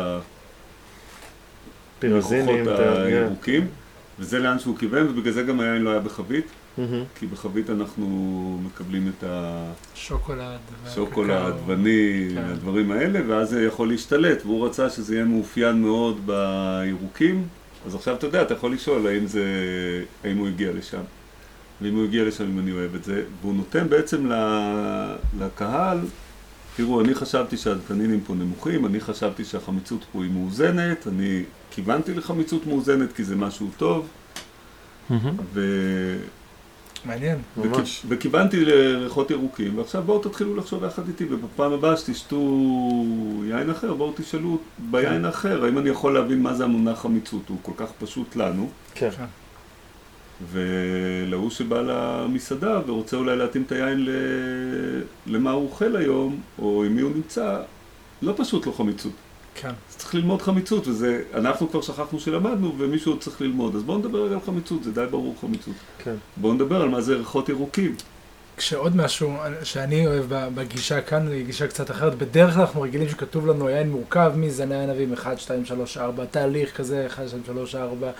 הפירזינים הירוקים. וזה לאן שהוא כיוון, ובגלל זה גם היין לא היה בחבית, כי בחבית אנחנו מקבלים את השוקולד, וניל, הדברים האלה, ואז זה יכול להשתלט, והוא רצה שזה יהיה מאופיין מאוד בירוקים, אז עכשיו אתה יודע, אתה יכול לשאול האם הוא הגיע לשם, ואם הוא הגיע לשם, אם אני אוהב את זה, והוא נותן בעצם לקהל, תראו, אני חשבתי שהתנינים פה נמוכים, אני חשבתי שהחמיצות פה היא מאוזנת, אני כיוונתי לחמיצות מאוזנת כי זה משהו טוב, מעניין, ממש. וכיוונתי לריחות ירוקים, ועכשיו בואו תתחילו לחשוב יחד איתי, ובפעם הבאה שתשתו יין אחר, בואו תשאלו ביין אחר, האם אני יכול להבין מה זה המונח חמיצות, הוא כל כך פשוט לנו. כן. ולהוא שבא למסעדה ורוצה אולי להתאים את היין למה הוא אוכל היום, או עם מי הוא נמצא, לא פשוט לו חמיצות. כן. אז צריך ללמוד חמיצות, וזה, אנחנו כבר שכחנו שלמדנו, ומישהו צריך ללמוד. אז בואו נדבר רגע על חמיצות, זה די ברור חמיצות. כן. בואו נדבר על מה זה ריחות ירוקים. כשעוד משהו שאני אוהב בגישה כאן, היא גישה קצת אחרת, בדרך כלל אנחנו רגילים שכתוב לנו יין מורכב מזני ענבים 1, 2, 3, 4, תהליך כזה 1, 2, 3, 4,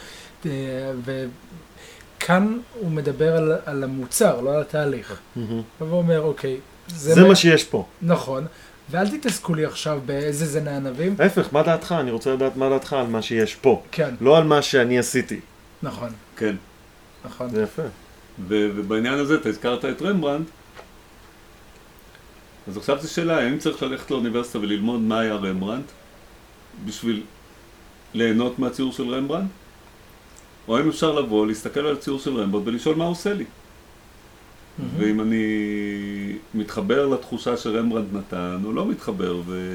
וכאן הוא מדבר על המוצר, לא על התהליך. והוא אומר, אוקיי, זה מה שיש פה. נכון, ואל תתעסקו לי עכשיו באיזה זני ענבים. ההפך, מה דעתך? אני רוצה לדעת מה דעתך על מה שיש פה. כן. לא על מה שאני עשיתי. נכון. כן. נכון. זה יפה. ובעניין הזה, אתה הזכרת את רמברנדט, אז עכשיו זו שאלה, האם צריך ללכת לאוניברסיטה וללמוד מה היה רמברנדט, בשביל ליהנות מהציור של רמברנדט? או האם אפשר לבוא, להסתכל על הציור של רמברנדט ולשאול מה הוא עושה לי? ואם אני מתחבר לתחושה שרמברנדט נתן, או לא מתחבר,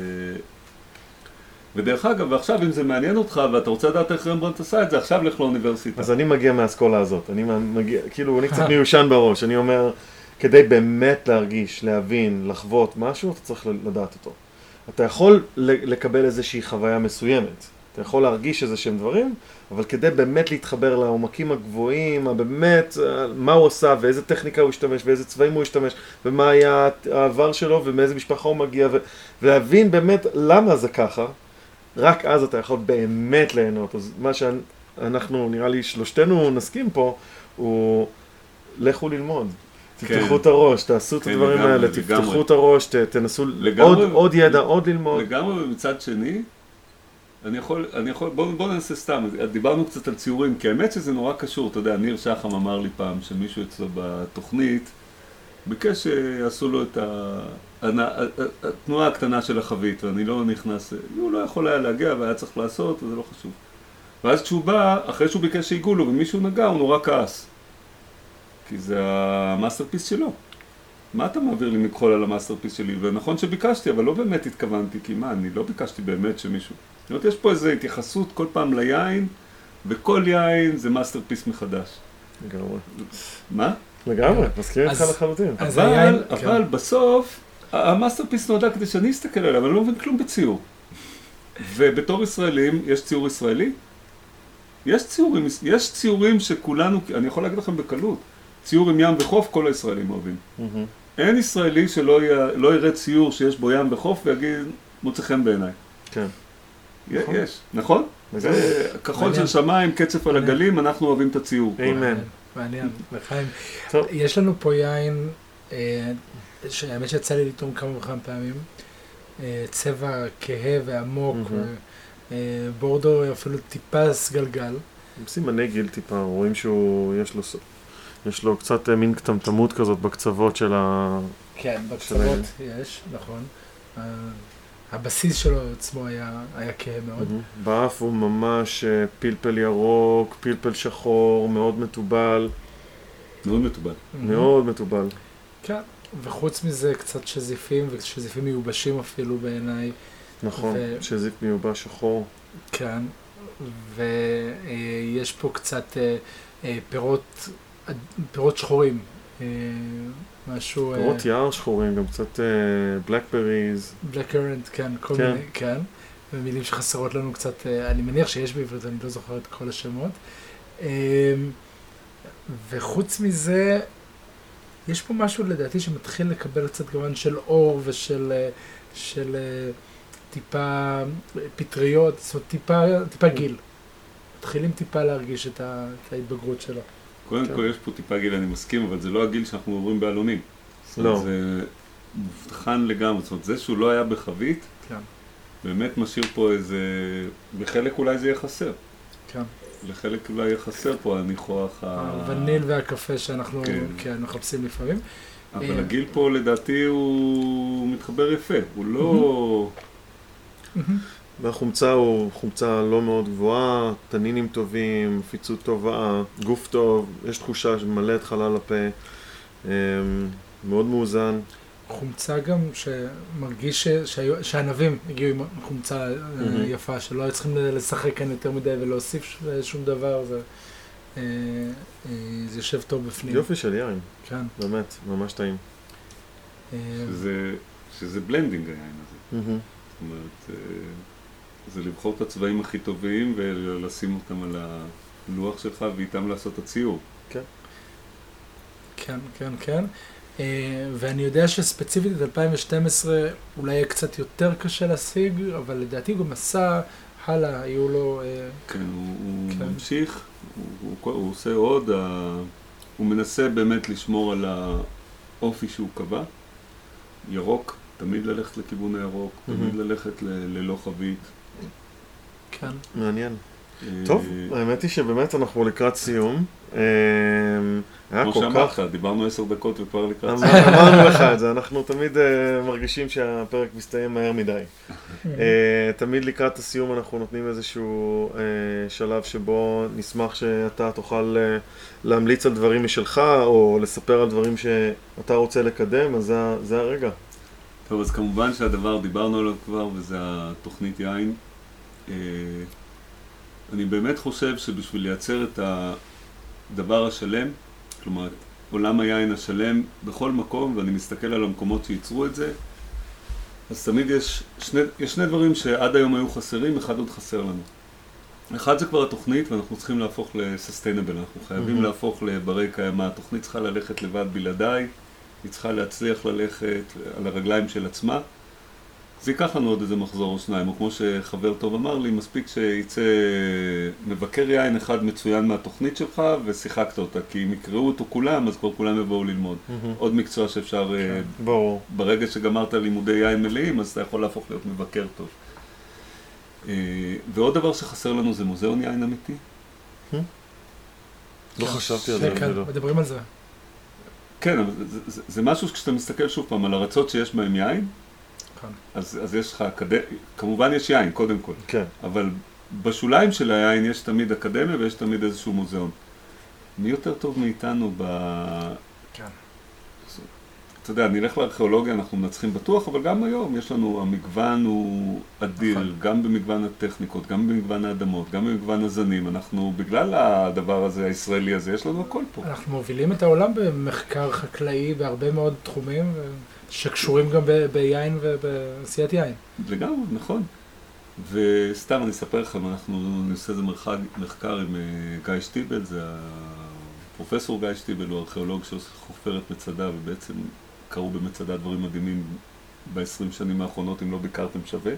ודרך אגב, ועכשיו אם זה מעניין אותך ואתה רוצה לדעת איך רמברנדט עשה את זה, עכשיו לך לאוניברסיטה. אז אני מגיע מהאסכולה הזאת, כאילו אני קצת מיושן בראש, אני אומר, כדי באמת להרגיש, להבין, לחוות משהו, אתה צריך לדעת אותו. אתה יכול לקבל איזושהי חוויה מסוימת, אתה יכול להרגיש איזה שהם דברים, אבל כדי באמת להתחבר לעומקים הגבוהים, באמת, מה הוא עשה ואיזה טכניקה הוא השתמש ואיזה צבעים הוא השתמש ומה היה העבר שלו ומאיזה משפחה הוא מגיע ולהבין באמת למה זה ככה, רק אז אתה יכול באמת ליהנות. אז מה שאנחנו, נראה לי, שלושתנו נסכים פה, הוא לכו ללמוד. תפתחו את הראש, תעשו את הדברים האלה, תפתחו את הראש, תנסו עוד ידע, עוד ללמוד. לגמרי, ומצד שני, אני יכול, בוא ננסה סתם, דיברנו קצת על ציורים, כי האמת שזה נורא קשור, אתה יודע, ניר שחם אמר לי פעם שמישהו אצלו בתוכנית, ביקש שיעשו לו את התנועה הקטנה של החבית, ואני לא נכנס, הוא לא יכול היה להגיע והיה צריך לעשות, וזה לא חשוב. ואז כשהוא בא, אחרי שהוא ביקש שיגעו לו ומישהו נגע, הוא נורא כעס. כי זה המאסטרפיס שלו. מה אתה מעביר לי מכחול על המאסטרפיס שלי? ונכון שביקשתי, אבל לא באמת התכוונתי, כי מה, אני לא ביקשתי באמת שמישהו... זאת אומרת, יש פה איזו התייחסות כל פעם ליין, וכל יין זה מאסטרפיס מחדש. לגמרי. מה? לגמרי, מסכים איתך לחלוטין. אבל בסוף, המאסטרפיס נועדה כדי שאני אסתכל עליו, אבל אני לא מבין כלום בציור. ובתור ישראלים, יש ציור ישראלי? יש ציורים שכולנו, אני יכול להגיד לכם בקלות, ציור עם ים וחוף, כל הישראלים אוהבים. אין ישראלי שלא יראה ציור שיש בו ים וחוף ויגיד, מוצא חן בעיניי. כן. יש, נכון? זה כחול של שמיים, קצף על הגלים, אנחנו אוהבים את הציור. אמן. מעניין, לחיים. יש לנו פה יין, האמת שיצא לי לטעום כמה וכמה פעמים, צבע כהה ועמוק, בורדו אפילו טיפה סגלגל. סימני גיל טיפה, רואים יש לו קצת מין קטמטמות כזאת בקצוות של ה... כן, בקצוות יש, נכון. הבסיס שלו עצמו היה כהה מאוד. באף הוא ממש פלפל ירוק, פלפל שחור, מאוד מטובל. מאוד מטובל. מאוד מטובל. כן, וחוץ מזה קצת שזיפים, ושזיפים מיובשים אפילו בעיניי. נכון, שזיף מיובש שחור. כן, ויש פה קצת פירות שחורים. משהו... פירות יער שחורים, גם קצת בלקבריז. בלקרנט, כן, כל מיני, כן. ומילים שחסרות לנו קצת, אני מניח שיש בעברית, אני לא זוכר את כל השמות. וחוץ מזה, יש פה משהו לדעתי שמתחיל לקבל קצת גוון של אור ושל טיפה פטריות, זאת אומרת טיפה גיל. מתחילים טיפה להרגיש את ההתבגרות שלו. קודם כל יש פה טיפה גיל, אני מסכים, אבל זה לא הגיל שאנחנו עוברים באלונים. לא. זה מובטחן לגמרי, זאת אומרת, זה שהוא לא היה בחבית, באמת משאיר פה איזה, בחלק אולי זה יהיה חסר. כן. לחלק אולי יהיה חסר פה הניחוח הווניל והקפה שאנחנו מחפשים לפעמים. אבל הגיל פה לדעתי הוא מתחבר יפה, הוא לא... והחומצה הוא חומצה לא מאוד גבוהה, תנינים טובים, פיצות טובה, גוף טוב, יש תחושה שמלא את חלל הפה, מאוד מאוזן. חומצה גם שמרגיש שהענבים הגיעו עם חומצה יפה, שלא היו צריכים לשחק כאן יותר מדי ולהוסיף שום דבר, זה יושב טוב בפנים. יופי של יין, כן. באמת, ממש טעים. שזה בלנדינג היין הזה. זאת אומרת, זה לבחור את הצבעים הכי טובים ולשים אותם על הלוח שלך ואיתם לעשות את הציור. כן. כן, כן, כן. ואני יודע שספציפית את 2012 אולי יהיה קצת יותר קשה להשיג, אבל לדעתי הוא גם עשה, הלאה, היו לו... כן, הוא ממשיך, הוא עושה עוד, הוא מנסה באמת לשמור על האופי שהוא קבע, ירוק, תמיד ללכת לכיוון הירוק, תמיד ללכת ללא חבית. כן. מעניין. טוב, האמת היא שבאמת אנחנו לקראת סיום. כמו שאמרת, דיברנו 10 דקות וכבר לקראת סיום. אמרנו לך את זה, אנחנו תמיד מרגישים שהפרק מסתיים מהר מדי. תמיד לקראת הסיום אנחנו נותנים איזשהו שלב שבו נשמח שאתה תוכל להמליץ על דברים משלך, או לספר על דברים שאתה רוצה לקדם, אז זה הרגע. טוב, אז כמובן שהדבר דיברנו עליו כבר, וזה התוכנית יין. אני באמת חושב שבשביל לייצר את הדבר השלם, כלומר, עולם היין השלם בכל מקום, ואני מסתכל על המקומות שייצרו את זה, אז תמיד יש שני דברים שעד היום היו חסרים, אחד עוד חסר לנו. אחד זה כבר התוכנית, ואנחנו צריכים להפוך ל-sustainable, אנחנו חייבים להפוך לברי קיימא. התוכנית צריכה ללכת לבד בלעדיי, היא צריכה להצליח ללכת על הרגליים של עצמה. זה ייקח לנו עוד איזה מחזור או שניים, או כמו שחבר טוב אמר לי, מספיק שיצא מבקר יין אחד מצוין מהתוכנית שלך ושיחקת אותה, כי אם יקראו אותו כולם, אז כבר כולם יבואו ללמוד. עוד מקצוע שאפשר, ברגע שגמרת לימודי יין מלאים, אז אתה יכול להפוך להיות מבקר טוב. ועוד דבר שחסר לנו זה מוזיאון יין אמיתי. לא חשבתי על זה. כן, מדברים על זה. כן, אבל זה משהו כשאתה מסתכל שוב פעם על הרצות שיש בהם יין, אז יש לך, כמובן יש יין קודם כל, כן. אבל בשוליים של היין יש תמיד אקדמיה ויש תמיד איזשהו מוזיאון. מי יותר טוב מאיתנו כן. אתה יודע, נלך לארכיאולוגיה, אנחנו מנצחים בטוח, אבל גם היום יש לנו, המגוון הוא אדיר, גם במגוון הטכניקות, גם במגוון האדמות, גם במגוון הזנים. אנחנו, בגלל הדבר הזה, הישראלי הזה, יש לנו הכל פה. אנחנו מובילים את העולם במחקר חקלאי בהרבה מאוד תחומים, שקשורים גם ביין ובעשיית יין. לגמרי, נכון. וסתם אני אספר לכם, אנחנו נעשה איזה מחקר עם גיא שטיבל, זה הפרופסור גיא שטיבל, הוא ארכיאולוג שחופר את מצדה, ובעצם קרו במצדה דברים מדהימים ב-20 שנים האחרונות, אם לא ביקרתם שווה.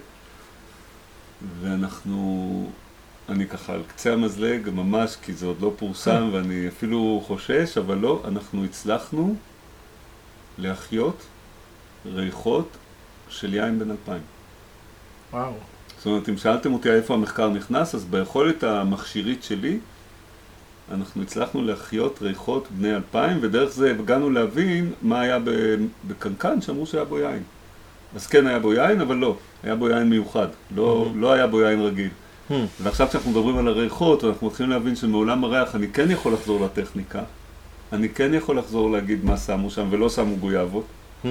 אני ככה על קצה המזלג ממש, כי זה עוד לא פורסם ואני אפילו חושש, אבל לא, אנחנו הצלחנו להחיות ריחות של יין בן 2000. וואו. זאת אומרת, אם שאלתם אותי איפה המחקר נכנס, אז ביכולת המכשירית שלי, אנחנו הצלחנו להחיות ריחות בני 2000, ודרך זה הגענו להבין מה היה בקנקן, שאמרו שהיה בו יין. אז כן היה בו יין, אבל לא. היה בו יין מיוחד. לא היה בו יין רגיל. ועכשיו כשאנחנו מדברים על הריחות, אנחנו מתחילים להבין שמעולם הריח אני כן יכול לחזור לטכניקה. אני כן יכול לחזור להגיד מה שמו שם, ולא שמו גויאבות.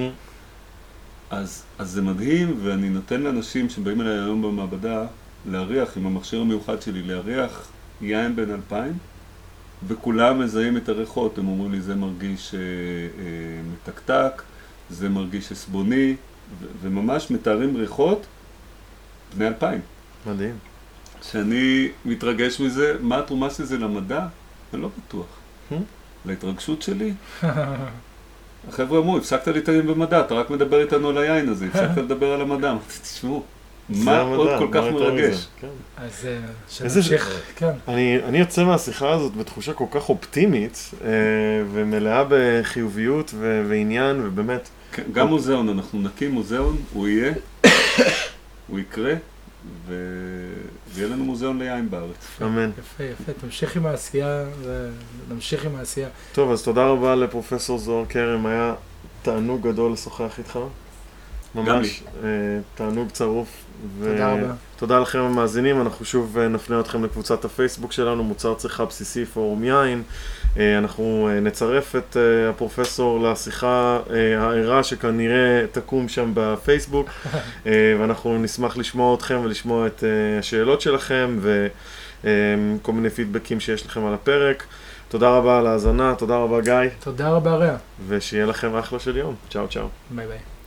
אז זה מדהים, ואני נותן לאנשים שבאים אליי היום במעבדה להריח, עם המכשיר המיוחד שלי, להריח יין בן 2000, וכולם מזהים את הריחות. הם אומרים לי, זה מרגיש מתקתק, זה מרגיש הסבוני, וממש מתארים ריחות בני 2000. מדהים. שאני מתרגש מזה, מה התרומה של זה למדע? אני לא בטוח. להתרגשות שלי? החבר'ה אמרו, הפסקת להתעניין במדע, אתה רק מדבר איתנו על היין הזה, הפסקת לדבר על המדע. אמרתי, תשמעו, מה עוד כל כך מרגש? אז שנמשיך, כן. אני יוצא מהשיחה הזאת בתחושה כל כך אופטימית, ומלאה בחיוביות ועניין, ובאמת... גם מוזיאון, אנחנו נקים מוזיאון, הוא יהיה, הוא יקרה, ויהיה לנו מוזיאון ליין בארץ. אמן. יפה, תמשיך עם העשייה, ונמשיך עם העשייה. טוב, אז תודה רבה לפרופסור זוהר כרם, היה תענוג גדול לשוחח איתך. ממש, תענוג צרוף. תודה רבה. תודה לכם המאזינים, אנחנו שוב נפנה אתכם לקבוצת הפייסבוק שלנו, מוצר צריכה בסיסי פורום יין. אנחנו נצרף את הפרופסור לשיחה הערה שכנראה תקום שם בפייסבוק, ואנחנו נשמח לשמוע אתכם ולשמוע את השאלות שלכם וכל מיני פידבקים שיש לכם על הפרק. תודה רבה על ההאזנה, תודה רבה גיא. תודה רבה רע. ושיהיה לכם אחלה של יום. צ'או צ'או. ביי ביי.